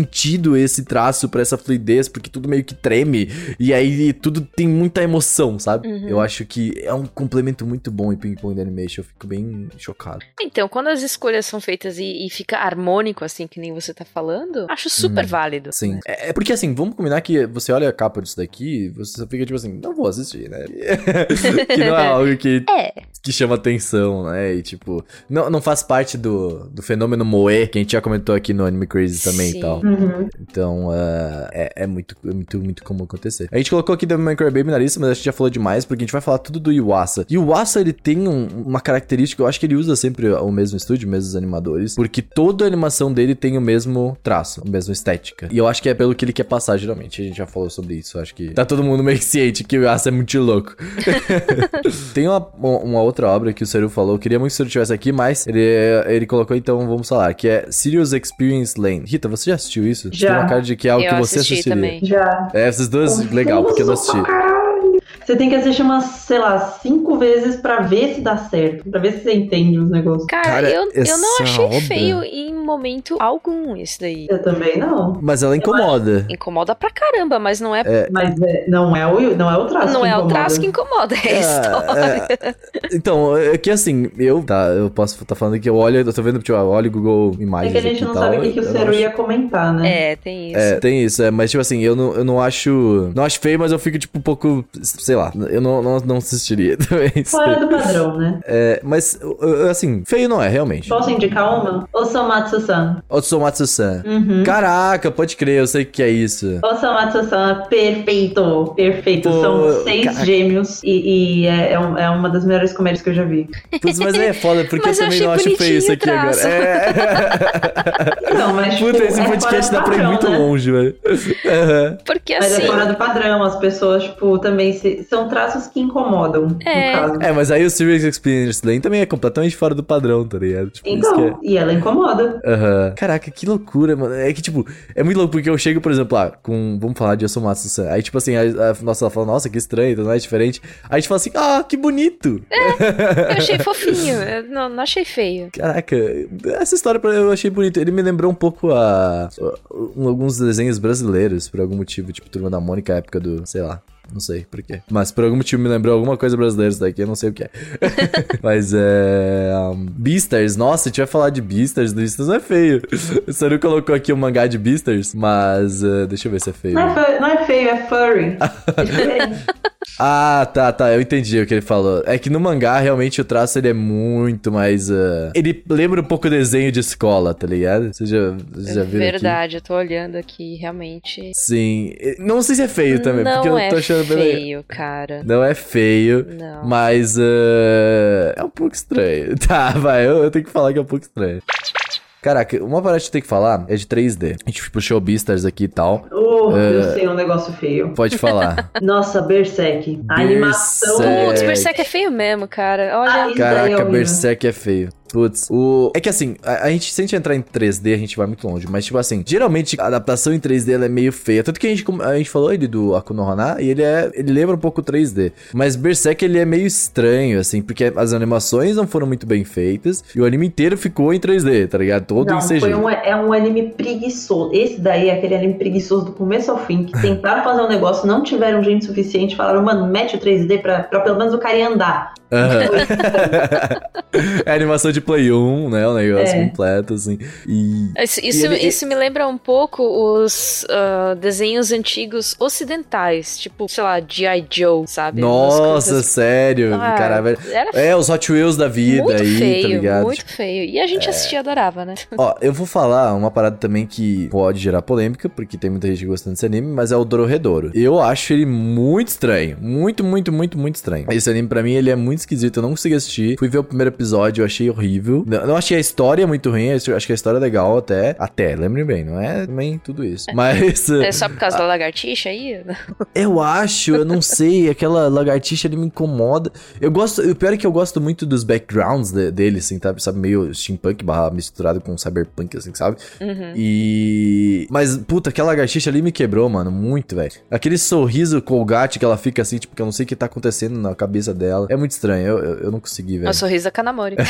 desenvolvido esse traço pra essa fluidez, porque tudo meio que treme, e aí tudo tem muita emoção, sabe? Uhum. Eu acho que é um complemento muito bom em Ping Pong Animation, eu fico bem chocado. Então, quando as escolhas são feitas e, e fica harmônico, assim, que nem você tá falando, acho super Hum, válido. Sim. É, é porque assim, vamos combinar que você olha a capa disso daqui, você fica tipo assim, não vou assistir, né? Que não é algo que, É. que chama atenção, né? E tipo, não, não faz parte do, do fenômeno moe, que a gente já comentou aqui no Anime Crazy também Sim. e tal. Uhum. Então, uh, é, é, muito, é muito, muito comum acontecer. A gente colocou aqui Devil May Cry Baby na lista, mas a gente já falou demais, porque a gente vai falar tudo do Yuasa. E o Yuasa, ele tem um, uma característica, eu acho que ele usa sempre o mesmo estúdio, mesmos animadores, porque toda a animação dele tem o mesmo traço, a mesma estética. E eu acho que é pelo que ele quer passar, geralmente. A gente já falou sobre isso, eu acho que tá todo mundo meio ciente que o Yuasa é muito louco. Tem uma, uma outra obra que o Seru falou, eu queria muito que o Seru tivesse aqui, mas ele, ele colocou, então vamos falar, que é Serious Experience Lane. Rita, você já assistiu isso? Já. Tem uma cara de que é algo Eu que você assisti assistiria. também. Já. É, essas duas, legal, porque eu não assisti. Você tem que assistir umas, sei lá, cinco vezes pra ver se dá certo. Pra ver se você entende os negócios. Cara, Cara, eu, eu não essa achei obra- feio em momento algum esse daí. Eu também não. Mas ela incomoda. Incomoda pra caramba, mas não é, Mas é, não, é o, não é o traço não que é o incomoda. traço que incomoda, é a história. É, então, é que assim, eu, tá, eu posso estar falando que eu olho, eu tô vendo, tipo, eu olho o Google É Imagens que a gente aqui não e tal, sabe o que, que o eu não Seru acho- ia comentar, né? É, tem isso. É, tem isso, é, mas tipo assim, eu não, eu não acho, não acho feio, mas eu fico tipo um pouco, sei lá, eu não, não, não assistiria também. Fora do padrão, né? É, mas, uh, assim, feio não é, realmente. Posso indicar uma? Osamatsu-san. Otsumatsu-san. Uhum. Caraca, pode crer, eu sei o que é isso. Osamatsu-san, perfeito. Perfeito. Pô, São seis caraca. gêmeos e, e é, é, um- é uma das melhores comédias que eu já vi. Putz, mas aí é foda, porque Mas eu eu também achei não acho feio isso aqui bonitinho o agora. traço. É. Não, mas tipo, Puta, esse é podcast dá fora do pra ir padrão, muito né? longe, velho. Aham. Porque Mas assim, é fora do padrão, as pessoas, tipo, também se- são traços que incomodam, É. no caso. É, mas aí o Serious Experience Lane também é completamente fora do padrão, tá ligado? Tipo, isso que é. Então, e ela incomoda. Aham. Caraca, que loucura, mano. É que, tipo, é muito louco porque eu chego, por exemplo, lá, com. Vamos falar de Osomatsu-san. Aí, tipo assim, a, a nossa, ela fala, nossa, que estranho, tudo mais diferente. Aí a gente fala assim, ah, que bonito. eu achei fofinho, eu não, não achei feio. Caraca, essa história pra- eu achei bonita. Ele me lembrou um pouco a, a- alguns desenhos brasileiros, por algum motivo, tipo Turma da Mônica, época do, sei lá. Não sei por quê. Mas por algum motivo me lembrou alguma coisa brasileira isso daqui, eu não sei o que é. Mas é. Um, Beastars, nossa, a gente vai falar de Beastars. Beastars não é feio. O Saru colocou aqui o mangá de Beastars, mas uh, deixa eu ver se é feio. Não é, fe- não é feio, é furry. É diferente. Ah, tá, tá, eu entendi o que ele falou. É que no mangá, realmente, o traço ele é muito mais... Uh... Ele lembra um pouco o desenho de escola, tá ligado? Você já, você já viu Verdade, eu tô olhando aqui, realmente. Sim. Não sei se é feio também, não porque eu é tô achando bem... feio, cara. Não é feio, Não. mas uh... é um pouco estranho. Tá, vai, eu, eu tenho que falar que é um pouco estranho. Caraca, uma parada que a gente tem que falar é de três D. A gente puxou Beastars aqui e tal. Oh, É. eu sei um negócio feio. Pode falar. Nossa, Berserk. A animação. Berserk. Putz, Berserk é feio mesmo, cara. Olha. Ah, isso daí é Caraca, horrível. Berserk é feio. Putz, o... É que assim, a, a gente, se a gente entrar em três D, a gente vai muito longe. Mas, tipo assim, geralmente a adaptação em três D ela é meio feia. Tanto que a gente, a gente falou ele do Akuno Hana e ele é. Ele lembra um pouco três D. Mas Berserk ele é meio estranho, assim, porque as animações não foram muito bem feitas. E o anime inteiro ficou em três D, tá ligado? Todo Não, em C G. foi um, é um anime preguiçoso. Esse daí é aquele anime preguiçoso do começo ao fim, que tentaram fazer um negócio, não tiveram gente suficiente, falaram, mano, mete o três D pra, pra pelo menos o cara ir andar. Aham. É animação de Play um, né? O negócio É. completo, assim. E. Isso, isso, ele- isso me lembra um pouco os ah, desenhos antigos ocidentais, tipo, sei lá, G I. Joe, sabe? Umas Nossa, coisas- sério. Ah, cara, velho. era É, os Hot Wheels da vida muito aí, feio, tá ligado? muito Tipo, feio. E a gente assistia e adorava, né? ó, eu vou falar uma parada também que pode gerar polêmica, porque tem muita gente gostando desse anime, mas é o Dorohedoro. Eu acho ele muito estranho. Muito, muito, muito, muito estranho. Esse anime, pra mim, ele é muito esquisito. Eu não consegui assistir. Fui ver o primeiro episódio, eu achei horrível. Não, não achei a história muito ruim, eu acho que a história é legal até. Até, lembrem bem, não é também tudo isso. Mas. É só por causa da lagartixa aí? Eu acho, eu não sei, aquela lagartixa ali me incomoda. Eu gosto, o pior é que eu gosto muito dos backgrounds de, dele, assim, sabe? Sabe, meio steampunk barra misturado com cyberpunk, assim, sabe? Uhum. E... Mas, puta, aquela lagartixa ali me quebrou, mano, muito, velho. Aquele sorriso Colgate que ela fica assim, tipo, que eu não sei o que tá acontecendo na cabeça dela. É muito estranho, eu, eu, eu não consegui, É velho. o sorriso da Kanamori.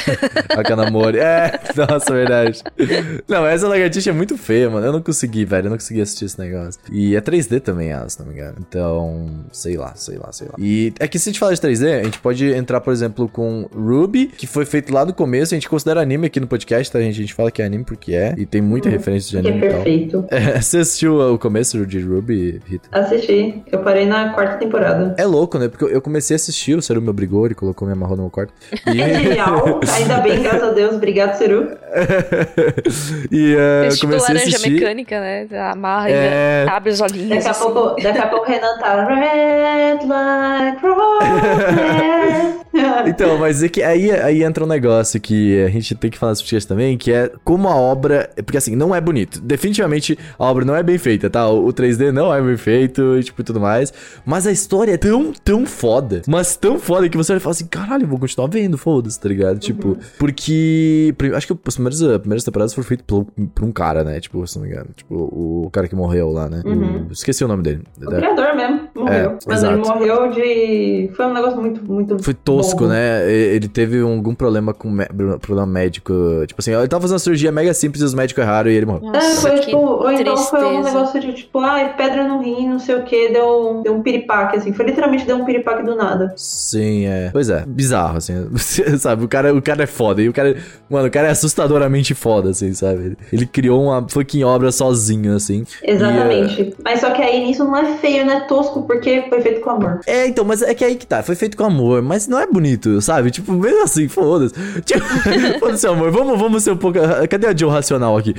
A Kanamori. É, nossa, verdade. Não, essa lagartixa é muito feia, mano. Eu não consegui, velho. Eu não consegui assistir esse negócio. E é três D também, ela, se não me engano. Então, sei lá, sei lá, sei lá. E é que se a gente falar de três D, a gente pode entrar, por exemplo, com Ruby, que foi feito lá no começo. A gente considera anime aqui no podcast, tá, gente? A gente fala que é anime porque é. E tem muita hum, referência de anime que é perfeito. E tal. É, você assistiu o começo de Ruby, Rita? Assisti. Eu parei na quarta temporada. É louco, né? Porque eu comecei a assistir, o Seru me obrigou, ele colocou, me amarrou no meu quarto. E... É genial. Ainda bem, graças a Deus. Obrigado, Seru. E uh, eu tipo comecei a laranja assistir... mecânica, né? Amarra é... e abre os olhinhos. Daqui a, assim. pouco, daqui a pouco o Renan tá... Red like roses. Então, mas é que aí, aí entra um negócio que a gente tem que falar sobre isso também, que é como a obra... Porque assim, não é bonito. Definitivamente a obra não é bem feita, tá? O, o três D não é bem feito e tipo, tudo mais. Mas a história é tão, tão foda. Mas tão foda que você vai falar assim, caralho, eu vou continuar vendo, foda-se, tá ligado? Uhum. Tipo, porque... Acho que as primeiras, as primeiras temporadas foram feitas por, por um cara, né? Tipo, se não me engano. Tipo, o cara que morreu lá, né? Uhum. O, esqueci o nome dele. O criador mesmo morreu. É, mas exato. ele morreu de... Foi um negócio muito, muito... Foi tosco, bom. né? Ele teve algum problema com me... problema médico. Tipo assim, ele tava fazendo uma cirurgia mega simples e os médicos erraram e ele morreu. É, foi tipo... Ou então tristeza. foi um negócio de tipo, ai, pedra no rim, não sei o que, deu, deu um piripaque, assim. Foi literalmente deu um piripaque do nada. Sim, é. Pois é, bizarro, assim. Sabe, o cara, o cara é foda. E o cara... Mano, o cara é assustadoramente foda, assim, sabe? Ele criou uma fucking obra sozinho, assim. Exatamente. E, uh... Mas só que aí nisso não é feio, não é tosco, porque foi feito com amor. É, então, mas é que aí que tá. Foi feito com amor, mas não é bonito, sabe? Tipo, mesmo assim, foda-se. Tipo, foda-se, amor. Vamos, vamos ser um pouco... Cadê a Joe racional aqui?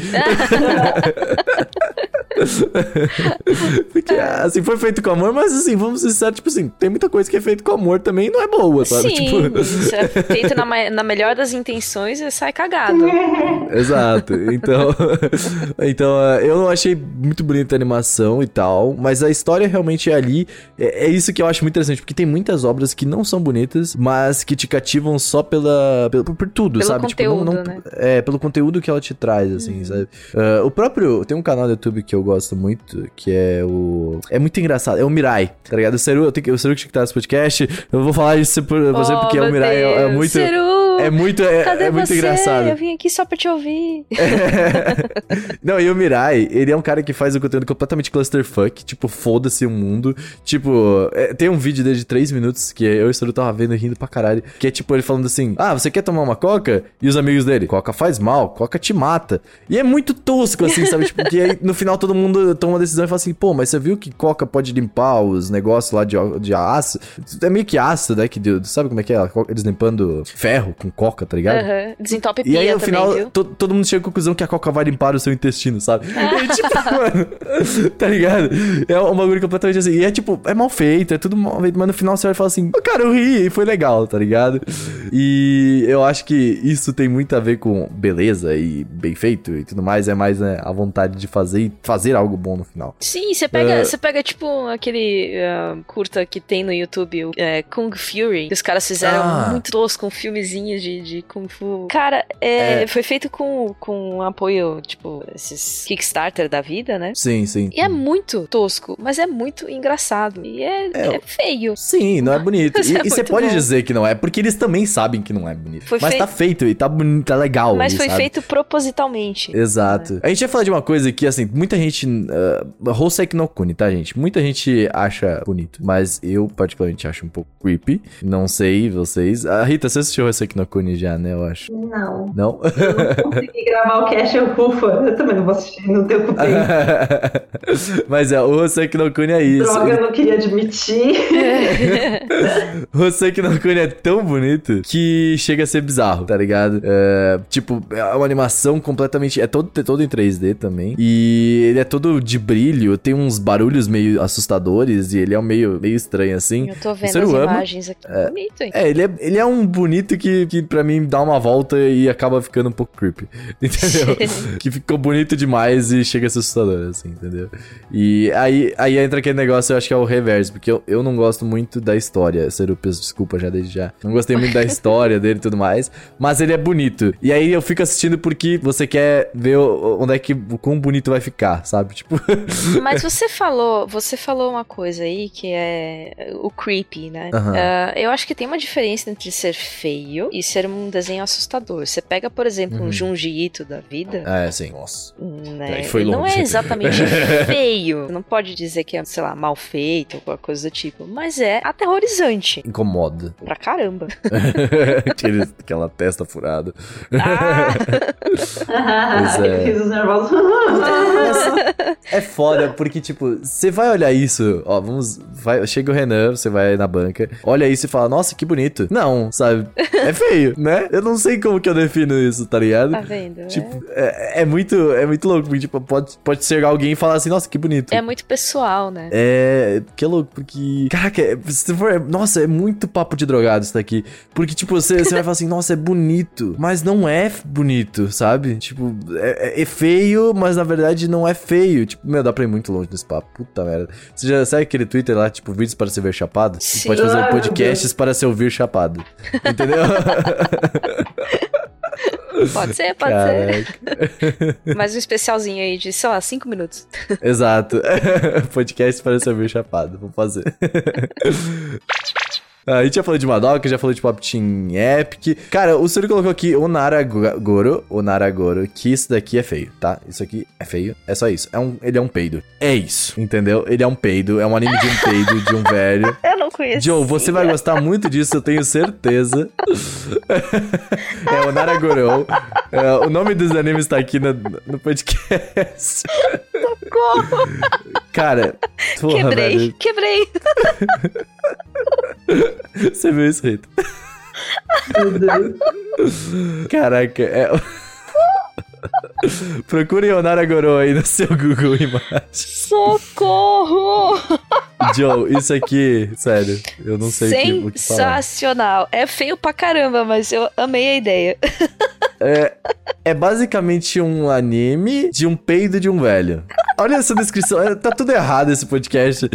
Porque, assim, foi feito com amor, mas assim, vamos ser sinceros, tipo assim, tem muita coisa que é feito com amor também e não é boa, sabe? Sim, tipo... isso é feito na, na melhor das intenções e sai cagado. Exato, então então eu não achei muito bonita a animação e tal, mas a história realmente é ali, é, é isso que eu acho muito interessante, porque tem muitas obras que não são bonitas, mas que te cativam só pela, pela por, por tudo, pelo sabe? Conteúdo, tipo, não, não, né? É, pelo conteúdo que ela te traz, assim, uhum. sabe? Uh, o próprio, tem um canal do YouTube que eu gosto muito, que é o... É muito engraçado, é o Mirai, tá ligado? O Seru, eu tenho que, o Seru que tá nesse podcast, eu vou falar isso por você, oh, porque o Mirai é, é muito... Seru! É muito, é, Cadê é muito você? engraçado. Eu vim aqui só pra te ouvir. É. Não, e o Mirai, ele é um cara que faz o conteúdo completamente clusterfuck, tipo, foda-se o mundo. Tipo, é, tem um vídeo dele de três minutos que eu e o Seru tava vendo rindo pra caralho, que é tipo ele falando assim, ah, você quer tomar uma coca? E os amigos dele, coca faz mal, coca te mata. E é muito tosco, assim, sabe? Tipo, que aí no final todo mundo toma uma decisão e fala assim, pô, mas você viu que coca pode limpar os negócios lá de, de aço? É meio que ácido, né? Que, sabe como é que é? Eles limpando ferro com coca, tá ligado? Uhum. Desentope pia. E aí no também, final, viu? To, todo mundo chega à conclusão que a coca vai limpar o seu intestino, sabe? E aí, tipo, mano, tá ligado? É um bagulho completamente assim. E é tipo, é mal feito, é tudo mal feito, mas no final você vai falar assim, oh, cara, eu ri e foi legal, tá ligado? E eu acho que isso tem muito a ver com beleza e bem feito e tudo mais, é mais, né, a vontade de fazer e fazer algo bom no final. Sim, você pega, uh, você pega tipo aquele uh, curta que tem no YouTube, o uh, Kung Fury, que os caras fizeram ah. muito tosco, um filmezinho de, de Kung Fu. Cara, é, é. foi feito com, com apoio, tipo, esses Kickstarter da vida, né? Sim, sim. E é muito tosco, mas é muito engraçado. E é, é, é feio. Sim, não é bonito. Mas E, é e você pode bom. dizer que não é, porque eles também sabem que não é bonito. Foi mas fei... tá feito e tá, bonito, tá legal. Mas ali, foi sabe? feito propositalmente. Exato. Né? A gente vai falar de uma coisa que, assim, muita gente... Uh, Hoseki no Kuni, tá, gente? Muita gente acha bonito, mas eu particularmente acho um pouco creepy. Não sei, vocês... A Rita, você assistiu Hoseki no Kuni já, né? Eu acho. Não. Não? Eu não consegui gravar o cast, eu ufa. Eu também não vou assistir, não tenho tempo. Mas é, o Hoseki no Kuni é isso. Droga, eu não queria admitir. O Hoseki no Kuni é tão bonito que chega a ser bizarro, tá ligado? É, tipo, é uma animação completamente... É todo, todo em três D também. E ele é todo de brilho, tem uns barulhos meio assustadores e ele é um meio, meio estranho, assim. Eu tô vendo as ama. imagens aqui. É, bonito, hein? É, ele é, ele é um bonito que, que pra mim dá uma volta e acaba ficando um pouco creepy. Entendeu? Que ficou bonito demais e chega a ser assustador, assim, entendeu? E aí, aí entra aquele negócio, eu acho que é o reverso, porque eu, eu não gosto muito da história. Seru, peço desculpa já desde já. Não gostei muito da, história dele e tudo mais. Mas ele é bonito. E aí eu fico assistindo porque você quer ver onde é que, o quão bonito vai ficar, sabe? Tipo... Mas você falou, você falou uma coisa aí que é o creepy, né? Uhum. Uh, eu acho que tem uma diferença entre ser feio e ser um desenho assustador. Você pega, por exemplo, uhum. um Junji Ito da vida. É, sim. Nossa. Né? Foi longe. Não é exatamente feio. Não pode dizer que é, sei lá, mal feito ou qualquer coisa do tipo. Mas é aterrorizante. Incomoda. Pra caramba. Aquele, aquela testa furada. Ah! Pois é. Risos nervosos. É foda, porque, tipo, você vai olhar isso, ó, vamos, vai, chega o Renan, você vai na banca, olha isso e fala, nossa, que bonito. Não, sabe? É feio, né? Eu não sei como que eu defino isso, tá ligado? Tá vendo? Tipo, é, é, muito, é muito louco, porque, tipo, pode, pode chegar alguém e falar assim, nossa, que bonito. É muito pessoal, né? É, que é louco, porque, caraca, é, se for, nossa, é muito papo de drogado isso daqui, porque, tipo, você, você vai falar assim, nossa, é bonito, mas não é bonito, sabe? Tipo, é, é feio, mas na verdade não é feio. Tipo, meu, dá pra ir muito longe nesse papo. Puta merda. Você já sabe aquele Twitter lá, tipo, vídeos para se ver chapado? Você pode fazer Ai, podcasts para se ouvir chapado. Entendeu? Pode ser, pode Caraca. ser. Mais um especialzinho aí de, sei lá, cinco minutos. Exato. Podcast para se ouvir chapado. Vou fazer. A gente já falou de Madoka, já falou de Pop Team Epic. Cara, o senhor colocou aqui o Naragoro, o Naragoro, que isso daqui é feio, tá? Isso aqui é feio, é só isso. É um, ele é um peido. É isso, entendeu? Ele é um peido, é um anime de um peido, de um velho. Eu não conheço. Joe, você vai gostar muito disso, eu tenho certeza. É o Naragoro. É, o nome dos animes tá aqui no, no podcast. Socorro! Cara, porra, quebrei, velho. quebrei. Você viu isso, Rita? Meu Deus. Caraca, é... Procure o Naragoro aí no seu Google Imagens. Socorro! Joe, isso aqui, sério, eu não sei o que, o que falar. Sensacional. É feio pra caramba, mas eu amei a ideia. É, é basicamente um anime de um peido de um velho. Olha essa descrição, é, tá tudo errado esse podcast.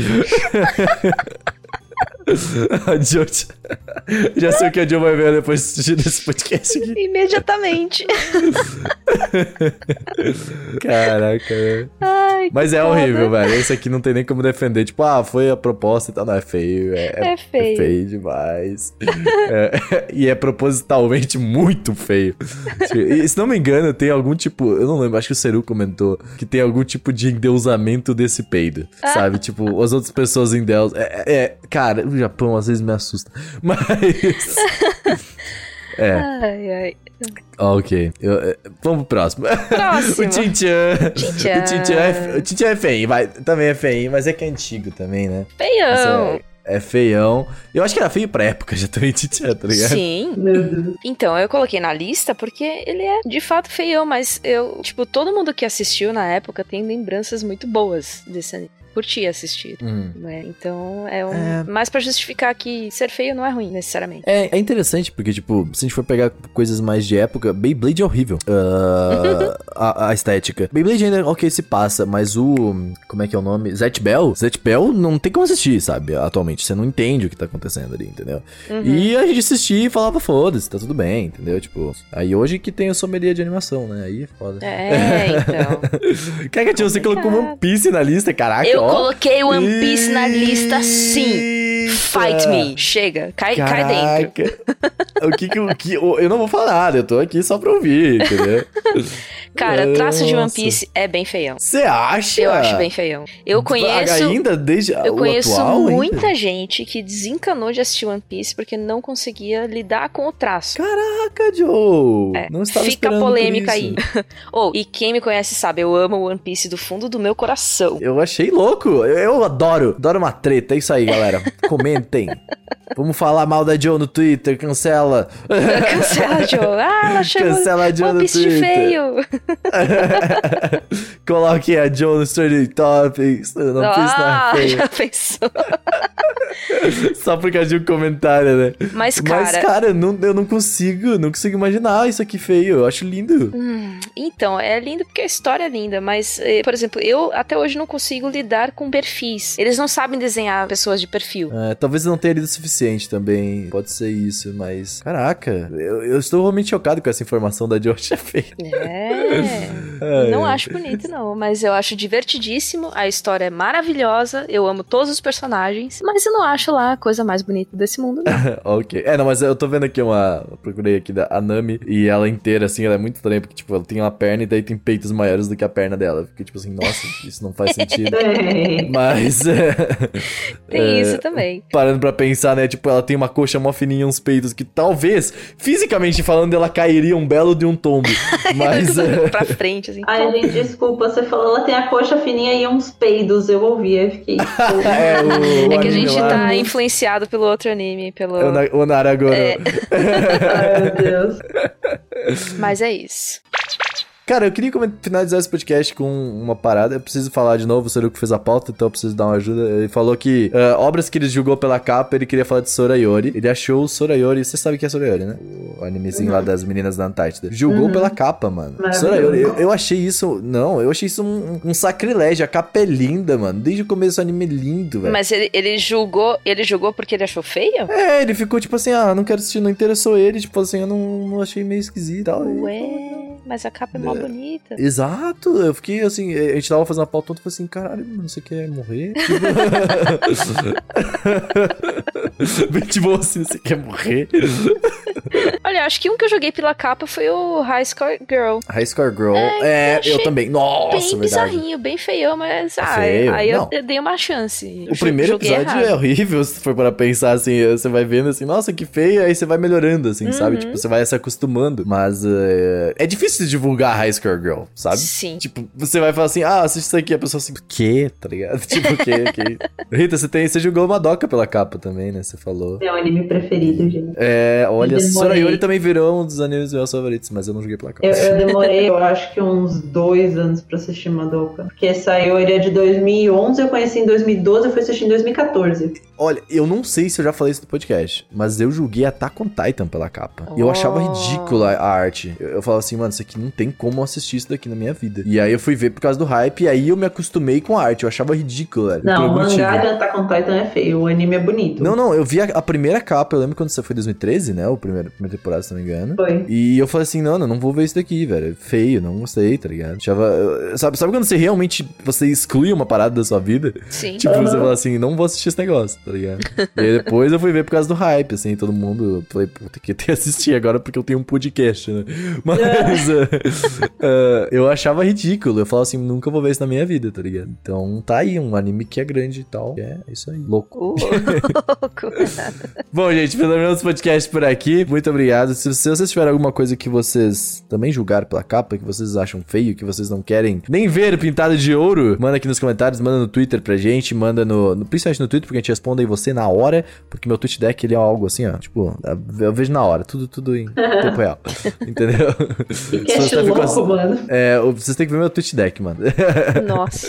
A Joe, já sei o que a Joe vai ver depois de assistir desse podcast aqui. Imediatamente. Caraca, velho. Ai, mas é foda. horrível, velho. Esse aqui não tem nem como defender. Tipo, ah, foi a proposta e tal. Não, é feio. É, é feio. É feio demais. É, e é propositalmente muito feio. E, se não me engano, tem algum tipo... Eu não lembro, acho que o Seru comentou que tem algum tipo de endeusamento desse peido. Ah. Sabe? Tipo, as outras pessoas endeusam... É, é, cara, o Japão às vezes me assusta. Mas... É. Ai, ai. Ok. Eu, eu, vamos pro próximo. Próximo. O Chin-chan. Chin-chan. O Chin-chan é, o Chin-chan é feio, vai. Também é feio, mas é que é antigo também, né? Feião. É, é feião. Eu acho que era feio pra época já também, Chin-chan, tá ligado? Sim. Meu Deus. Então, eu coloquei na lista porque ele é de fato feião, mas eu, tipo, todo mundo que assistiu na época tem lembranças muito boas desse anime. Curti assistir, hum. né? Então, é um... É... mais pra justificar que ser feio não é ruim, necessariamente. É, é interessante, porque, tipo, se a gente for pegar coisas mais de época, Beyblade é horrível. Uh, a, a estética. Beyblade ainda, ok, se passa, mas o... Como é que é o nome? Zet Bell? Zet Bell não tem como assistir, sabe? Atualmente, você não entende o que tá acontecendo ali, entendeu? Uhum. E a gente assistia e falava, foda-se, tá tudo bem, entendeu? Tipo, aí hoje que tem o sommelier de animação, né? Aí é foda. É, então. Caraca, tio, você colocou One Piece na lista, caraca, Eu ó. coloquei One Piece na lista, sim. Fight me. Chega. Cai, cai dentro. O que que, o que eu não vou falar nada, eu tô aqui só pra ouvir, entendeu? Cara, traço de One Piece é bem feião. Você acha? Eu acho bem feião. Eu conheço... Ainda desde Eu o conheço atual, muita ainda? gente que desencanou de assistir One Piece porque não conseguia lidar com o traço. Caraca, Joe! É, não estava fica esperando polêmica por isso. aí. Oh, e quem me conhece sabe, eu amo One Piece do fundo do meu coração. Eu achei louco. Eu, eu adoro. Adoro uma treta. É isso aí, galera. Comentem. Vamos falar mal da Joe no Twitter. Cancela. Cancela a Joe. Ah, ela chama Cancela a Joe One no Piece de Twitter. feio. Coloque a Joe no Trending Topics. Não ah, fiz nada feio. já pensou? Só por causa de um comentário, né? Mas, cara... Mas, cara, eu não, eu não consigo, não consigo imaginar isso aqui feio. Eu acho lindo. Hum, então, é lindo porque a história é linda, mas, eh, por exemplo, eu até hoje não consigo lidar com perfis. Eles não sabem desenhar pessoas de perfil. É, talvez eu não tenha lido o suficiente também. Pode ser isso, mas... Caraca, eu, eu estou realmente chocado com essa informação da Josh feia. É... Ai, não ai. acho bonito, não, mas eu acho divertidíssimo, a história é maravilhosa, eu amo todos os personagens, mas eu não acho lá a coisa mais bonita desse mundo, não. Ok. É, não, mas eu tô vendo aqui uma... Eu procurei aqui da Nami e ela inteira, assim, ela é muito estranha, porque, tipo, ela tem uma perna e daí tem peitos maiores do que a perna dela. Fiquei, tipo assim, nossa, isso não faz sentido. Mas... É, Tem é, isso também. Parando pra pensar, né, tipo, ela tem uma coxa mó fininha e uns peitos que talvez, fisicamente falando, ela cairia um belo de um tombo. Mas... é, Pra frente, assim. Ai, gente, desculpa, você falou, ela tem a coxa fininha e uns peidos, eu ouvi, eu fiquei... tipo, é, o, o É que a anime gente lá, tá influenciado pelo outro anime, pelo... O, Na- o Naragoro. É. Ai, meu Deus. Mas é isso. Cara, eu queria coment- finalizar esse podcast com uma parada. Eu preciso falar de novo, o Soruko fez a pauta, então eu preciso dar uma ajuda. Ele falou que uh, obras que ele julgou pela capa, ele queria falar de Sorayori. Ele achou o Sorayori, você sabe o que é Sorayori, né? O animezinho Uhum. lá das meninas da Antártida. Julgou Uhum. pela capa, mano. Maravilhoso. Sorayori, eu, eu achei isso... Não, eu achei isso um, um sacrilégio. A capa é linda, mano. Desde o começo o anime é lindo, velho. Mas ele, ele julgou, ele julgou porque ele achou feio? É, ele ficou tipo assim, ah, não quero assistir, não interessou ele. Tipo assim, eu não, não achei meio esquisito e tal. Ué, mas a capa é mó bonita. Exato, eu fiquei assim, a gente tava fazendo a pauta toda e falei assim, caralho, mano, você quer morrer? Bem de boa assim, você quer morrer? Olha, acho que um que eu joguei pela capa foi o High Score Girl. High Score Girl, É, é, eu achei eu também, nossa, Bem verdade. bizarrinho, bem feião, mas ah, Feio, aí eu, não. eu dei uma chance. O primeiro Joguei episódio errado. é horrível, se for para pensar assim, você vai vendo assim, nossa, que feio, aí você vai melhorando, assim, Uhum. sabe? Tipo, você vai se acostumando, mas é, é difícil divulgar High Score Girl, sabe? Sim. Tipo, você vai falar assim, ah, assiste isso aqui, a pessoa assim, o quê? Tá ligado? Tipo, o quê? Que... Rita, você, tem, você jogou Madoka pela capa também, né? Você falou. É o anime preferido, gente. É, olha, Eu demorei. Sorayori também virou um dos animes meus favoritos, mas eu não joguei pela capa. Eu, eu demorei, eu acho que uns dois anos pra assistir Madoka. Porque saiu, ele é de dois mil e onze, eu conheci em dois mil e doze, eu fui assistir em dois mil e quatorze. Olha, eu não sei se eu já falei isso no podcast, mas eu julguei Attack on Titan pela capa. E eu achava Oh. ridícula a arte. Eu, eu falava assim, mano, isso aqui não tem como eu assistir isso daqui na minha vida. E aí eu fui ver por causa do hype, e aí eu me acostumei com a arte. Eu achava ridículo, velho. Não, por o algum mangá motivo. de Attack on Titan é feio, o anime é bonito. Não, não, eu vi a, a primeira capa, eu lembro quando você foi em dois mil e treze, né? O primeiro, a primeira temporada, se não me engano. Foi. E eu falei assim, não, não, não vou ver isso daqui, velho. É feio, não gostei, tá ligado? Achava, eu- sabe, sabe quando você realmente, você exclui uma parada da sua vida? Sim. Tipo, Uhum. você fala assim, não vou assistir esse negócio, tá ligado? E aí depois eu fui ver por causa do hype, assim, todo mundo... Eu falei, puta, que ter assistir agora porque eu tenho um podcast, né? Mas uh, uh, eu achava ridículo. Eu falava assim, nunca vou ver isso na minha vida, tá ligado? Então tá aí, um anime que é grande e tal. É isso aí, louco. Uh, louco. Bom, gente, terminamos o podcast por aqui. Muito obrigado. Se, se vocês tiverem alguma coisa que vocês também julgaram pela capa, que vocês acham feio, que vocês não querem nem ver pintado de ouro, manda aqui nos comentários, manda no Twitter pra gente, manda no, no principalmente no Twitter, porque a gente responde aí você na hora, porque meu tweet deck, ele é algo assim, ó, tipo, eu vejo na hora, tudo, tudo em tempo real, entendeu? Que Se cast você ficou louco, assim- mano. É, vocês têm que ver meu tweet deck, mano. Nossa.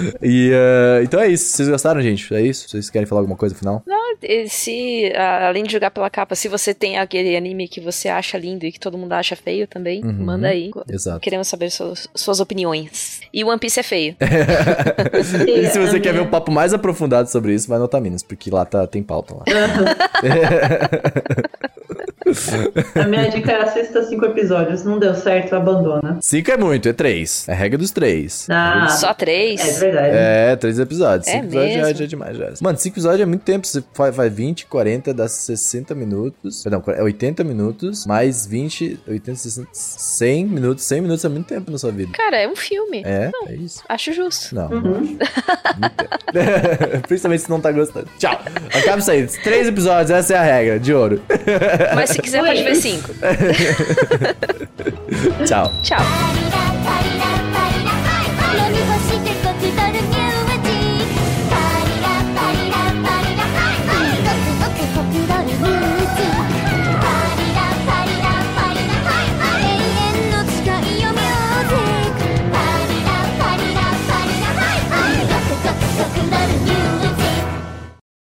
E, uh, então é isso, vocês gostaram, gente? É isso? Vocês querem falar alguma coisa no final? E se, a- além de jogar pela capa, se você tem aquele anime que você acha lindo e que todo mundo acha feio também, Uhum. manda aí. Exato. Queremos saber suas, suas opiniões. E o One Piece é feio. E se você quer ver um papo mais aprofundado sobre isso, vai no Otaminas, porque lá tá, tem pauta lá. A minha dica é assista cinco episódios. Não deu certo, abandona. Cinco é muito, é três. É a regra dos três. Ah, Só três? é verdade. É, três episódios. É Cinco episódios já, mesmo? já é demais, já. Mano, cinco episódios é muito tempo. Você faz, faz vinte, quarenta, dá sessenta minutos. Perdão, é oitenta minutos, mais vinte, oitenta, sessenta, cem minutos. cem minutos é muito tempo na sua vida. Cara, é um filme. É, é isso. Acho justo. Não, Uhum. não acho. Muito tempo. Principalmente se não tá gostando. Tchau. Acaba isso aí. Três episódios, essa é a regra, de ouro. Mas se quiser, pode ver cinco. Tchau. Tchau.